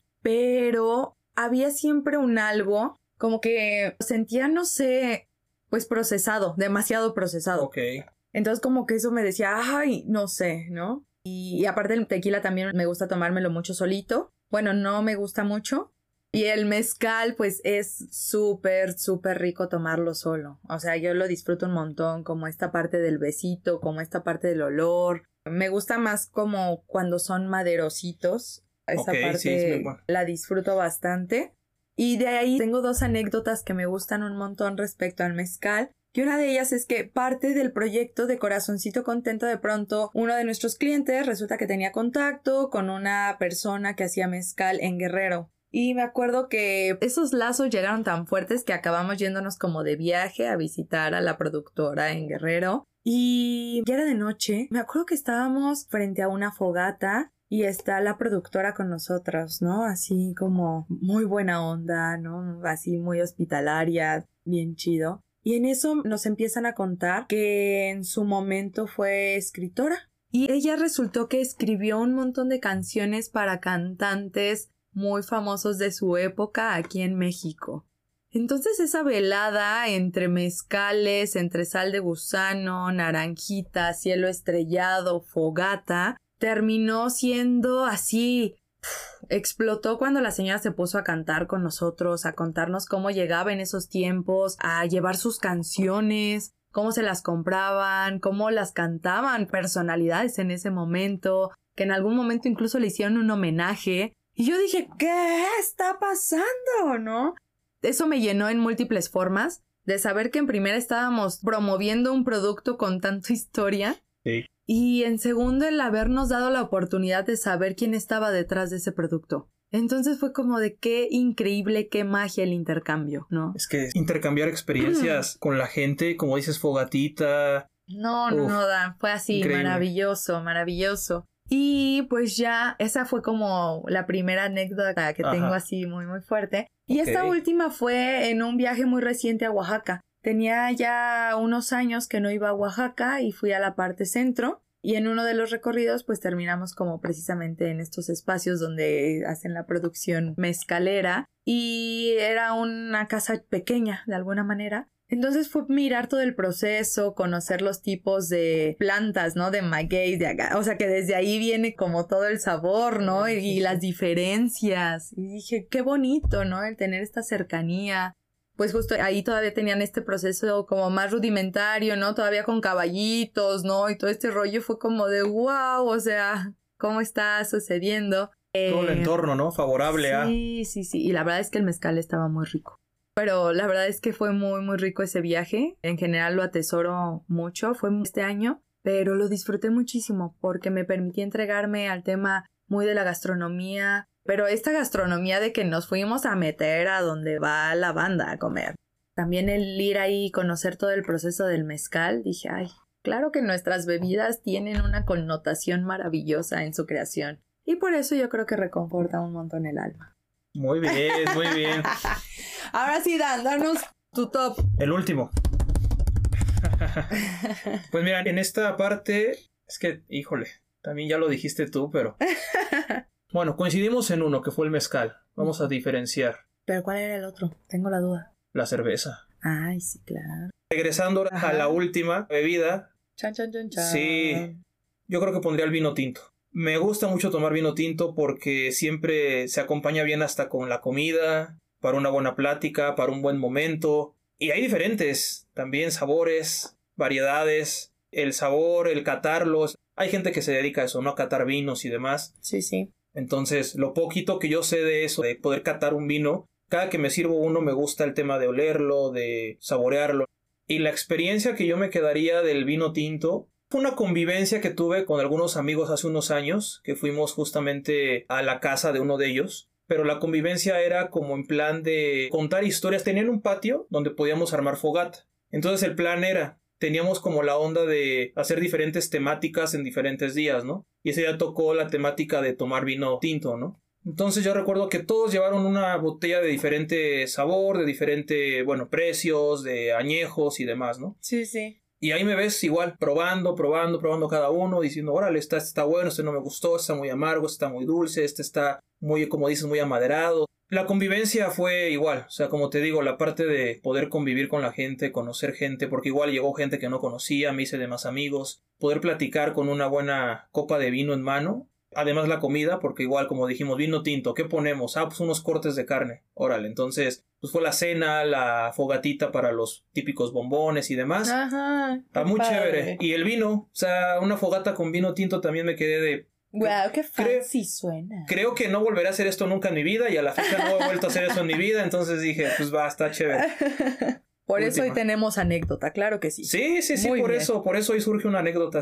pero había siempre un algo como que sentía, no sé, pues procesado, demasiado procesado. Ok. Entonces como que eso me decía, ay, no sé, ¿no? Y, y aparte el tequila también me gusta tomármelo mucho solito. Bueno, no me gusta mucho. Y el mezcal, pues, es súper, súper rico tomarlo solo. O sea, yo lo disfruto un montón, como esta parte del besito, como esta parte del olor. Me gusta más como cuando son maderositos. Esa okay, parte sí, es muy bueno. La disfruto bastante. Y de ahí tengo dos anécdotas que me gustan un montón respecto al mezcal. Y una de ellas es que parte del proyecto de Corazoncito Contento, de pronto uno de nuestros clientes resulta que tenía contacto con una persona que hacía mezcal en Guerrero. Y me acuerdo que esos lazos llegaron tan fuertes que acabamos yéndonos como de viaje a visitar a la productora en Guerrero. Y ya era de noche. Me acuerdo que estábamos frente a una fogata y está la productora con nosotros, ¿no? Así como muy buena onda, ¿no? Así muy hospitalaria, bien chido. Y en eso nos empiezan a contar que en su momento fue escritora. Y ella resultó que escribió un montón de canciones para cantantes muy famosos de su época aquí en México. Entonces esa velada entre mezcales, entre sal de gusano, naranjita, cielo estrellado, fogata, terminó siendo así. Pff, explotó cuando la señora se puso a cantar con nosotros, a contarnos cómo llegaba en esos tiempos, a llevar sus canciones, cómo se las compraban, cómo las cantaban personalidades en ese momento, que en algún momento incluso le hicieron un homenaje. Y yo dije, ¿qué está pasando? ¿No? Eso me llenó en múltiples formas de saber que en primera estábamos promoviendo un producto con tanta historia. Sí. Y en segundo, el habernos dado la oportunidad de saber quién estaba detrás de ese producto. Entonces fue como de qué increíble, qué magia el intercambio, ¿no? Es que intercambiar experiencias mm. con la gente, como dices, fogatita. No, no, Uf, no, Dan, fue así, increíble. maravilloso, maravilloso. Y pues ya, esa fue como la primera anécdota que Ajá. tengo así muy, muy fuerte. Y okay. esta última fue en un viaje muy reciente a Oaxaca. Tenía ya unos años que no iba a Oaxaca y fui a la parte centro. Y en uno de los recorridos pues terminamos como precisamente en estos espacios donde hacen la producción mezcalera. Y era una casa pequeña de alguna manera. Entonces fue mirar todo el proceso, conocer los tipos de plantas, ¿no? De maguey, de acá. O sea que desde ahí viene como todo el sabor, ¿no? Y, y las diferencias. Y dije, qué bonito, ¿no? El tener esta cercanía. Pues justo ahí todavía tenían este proceso como más rudimentario, ¿no? Todavía con caballitos, ¿no? Y todo este rollo fue como de wow, o sea, ¿cómo está sucediendo? Todo eh, el entorno, ¿no? Favorable sí, a... Sí, sí, sí. Y la verdad es que el mezcal estaba muy rico. Pero la verdad es que fue muy, muy rico ese viaje. En general lo atesoro mucho. Fue este año, pero lo disfruté muchísimo porque me permití entregarme al tema muy de la gastronomía. Pero esta gastronomía de que nos fuimos a meter a donde va la banda a comer. También el ir ahí y conocer todo el proceso del mezcal. Dije, ay, claro que nuestras bebidas tienen una connotación maravillosa en su creación. Y por eso yo creo que reconforta un montón el alma. Muy bien, muy bien. Ahora sí, Dan, danos tu top. El último. Pues mira, en esta parte, es que, híjole, también ya lo dijiste tú, pero... Bueno, coincidimos en uno, que fue el mezcal. Vamos a diferenciar. ¿Pero cuál era el otro? Tengo la duda. La cerveza. Ay, sí, claro. Regresando Ajá. a la última bebida. Chan, chan, chan, chan. Sí, yo creo que pondría el vino tinto. Me gusta mucho tomar vino tinto porque siempre se acompaña bien hasta con la comida, para una buena plática, para un buen momento. Y hay diferentes también sabores, variedades, el sabor, el catarlos. Hay gente que se dedica a eso, ¿no? A catar vinos y demás. Sí, sí. Entonces, lo poquito que yo sé de eso, de poder catar un vino, cada que me sirvo uno me gusta el tema de olerlo, de saborearlo. Y la experiencia que yo me quedaría del vino tinto fue una convivencia que tuve con algunos amigos hace unos años, que fuimos justamente a la casa de uno de ellos. Pero la convivencia era como en plan de contar historias. Tenían un patio donde podíamos armar fogata. Entonces el plan era, teníamos como la onda de hacer diferentes temáticas en diferentes días, ¿no? Y ese día tocó la temática de tomar vino tinto, ¿no? Entonces yo recuerdo que todos llevaron una botella de diferente sabor, de diferente, bueno, precios, de añejos y demás, ¿no? Sí, sí. Y ahí me ves igual, probando, probando, probando cada uno, diciendo, órale, este está bueno, este no me gustó, este está muy amargo, este está muy dulce, este está muy, como dices, muy amaderado. La convivencia fue igual, o sea, como te digo, la parte de poder convivir con la gente, conocer gente, porque igual llegó gente que no conocía, me hice de más amigos, poder platicar con una buena copa de vino en mano. Además la comida, porque igual como dijimos, vino tinto, ¿qué ponemos? Ah, pues unos cortes de carne, órale, entonces pues fue la cena, la fogatita para los típicos bombones y demás. Ajá. Está muy padre. Chévere. Y el vino, o sea, una fogata con vino tinto también me quedé de... Wow, qué fancy creo, suena. Creo que no volveré a hacer esto nunca en mi vida y a la fecha no he vuelto a hacer eso en mi vida, entonces dije, pues va, está chévere. Por Última. Eso hoy tenemos anécdota, claro que sí. Sí, sí, sí, muy por bien. eso, por eso hoy surge una anécdota.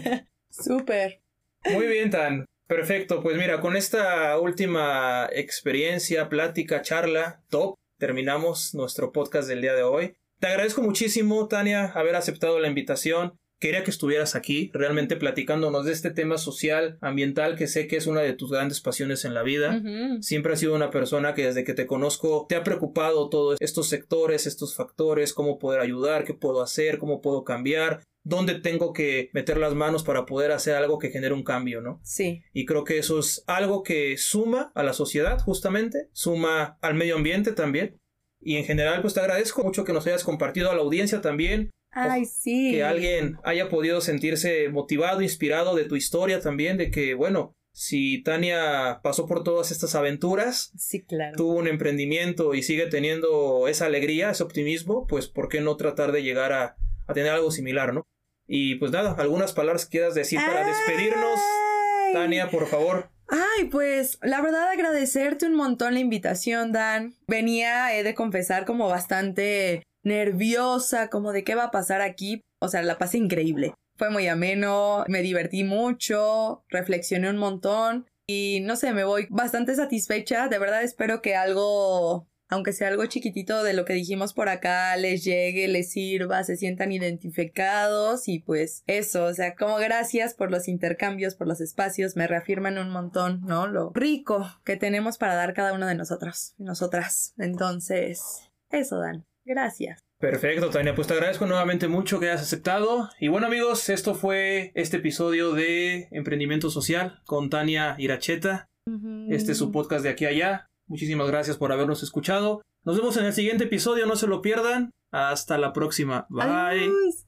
Súper. Muy bien, Tan. Perfecto, pues mira, con esta última experiencia, plática, charla, top, terminamos nuestro podcast del día de hoy. Te agradezco muchísimo, Tania, haber aceptado la invitación. Quería que estuvieras aquí, realmente platicándonos de este tema social, ambiental, que sé que es una de tus grandes pasiones en la vida. Uh-huh. Siempre has sido una persona que desde que te conozco te ha preocupado todos estos sectores, estos factores, cómo poder ayudar, qué puedo hacer, cómo puedo cambiar, dónde tengo que meter las manos para poder hacer algo que genere un cambio, ¿no? Sí. Y creo que eso es algo que suma a la sociedad, justamente, suma al medio ambiente también. Y en general, pues te agradezco mucho que nos hayas compartido, a la audiencia también. Ay, sí. Que alguien haya podido sentirse motivado, inspirado de tu historia también, de que, bueno, si Tania pasó por todas estas aventuras, sí, claro, tuvo un emprendimiento y sigue teniendo esa alegría, ese optimismo, pues ¿por qué no tratar de llegar a, a tener algo similar, ¿no? Y pues nada, algunas palabras que quieras decir para Ay. despedirnos, Tania, por favor. Ay, pues la verdad agradecerte un montón la invitación, Dan. Venía, he de confesar, como bastante nerviosa, como de qué va a pasar aquí. O sea, la pasé increíble. Fue muy ameno, me divertí mucho, reflexioné un montón y no sé, me voy bastante satisfecha. De verdad espero que algo, aunque sea algo chiquitito de lo que dijimos por acá, les llegue, les sirva, se sientan identificados y pues eso, o sea, como gracias por los intercambios, por los espacios, me reafirman un montón, ¿no? Lo rico que tenemos para dar cada uno de nosotros, nosotras. Entonces, eso, Dan. Gracias. Perfecto, Tania, pues te agradezco nuevamente mucho que hayas aceptado. Y bueno, amigos, esto fue este episodio de Emprendimiento Social con Tania Iracheta. Uh-huh. Este es su podcast de aquí a allá. Muchísimas gracias por habernos escuchado. Nos vemos en el siguiente episodio, no se lo pierdan. Hasta la próxima. Bye. Adiós.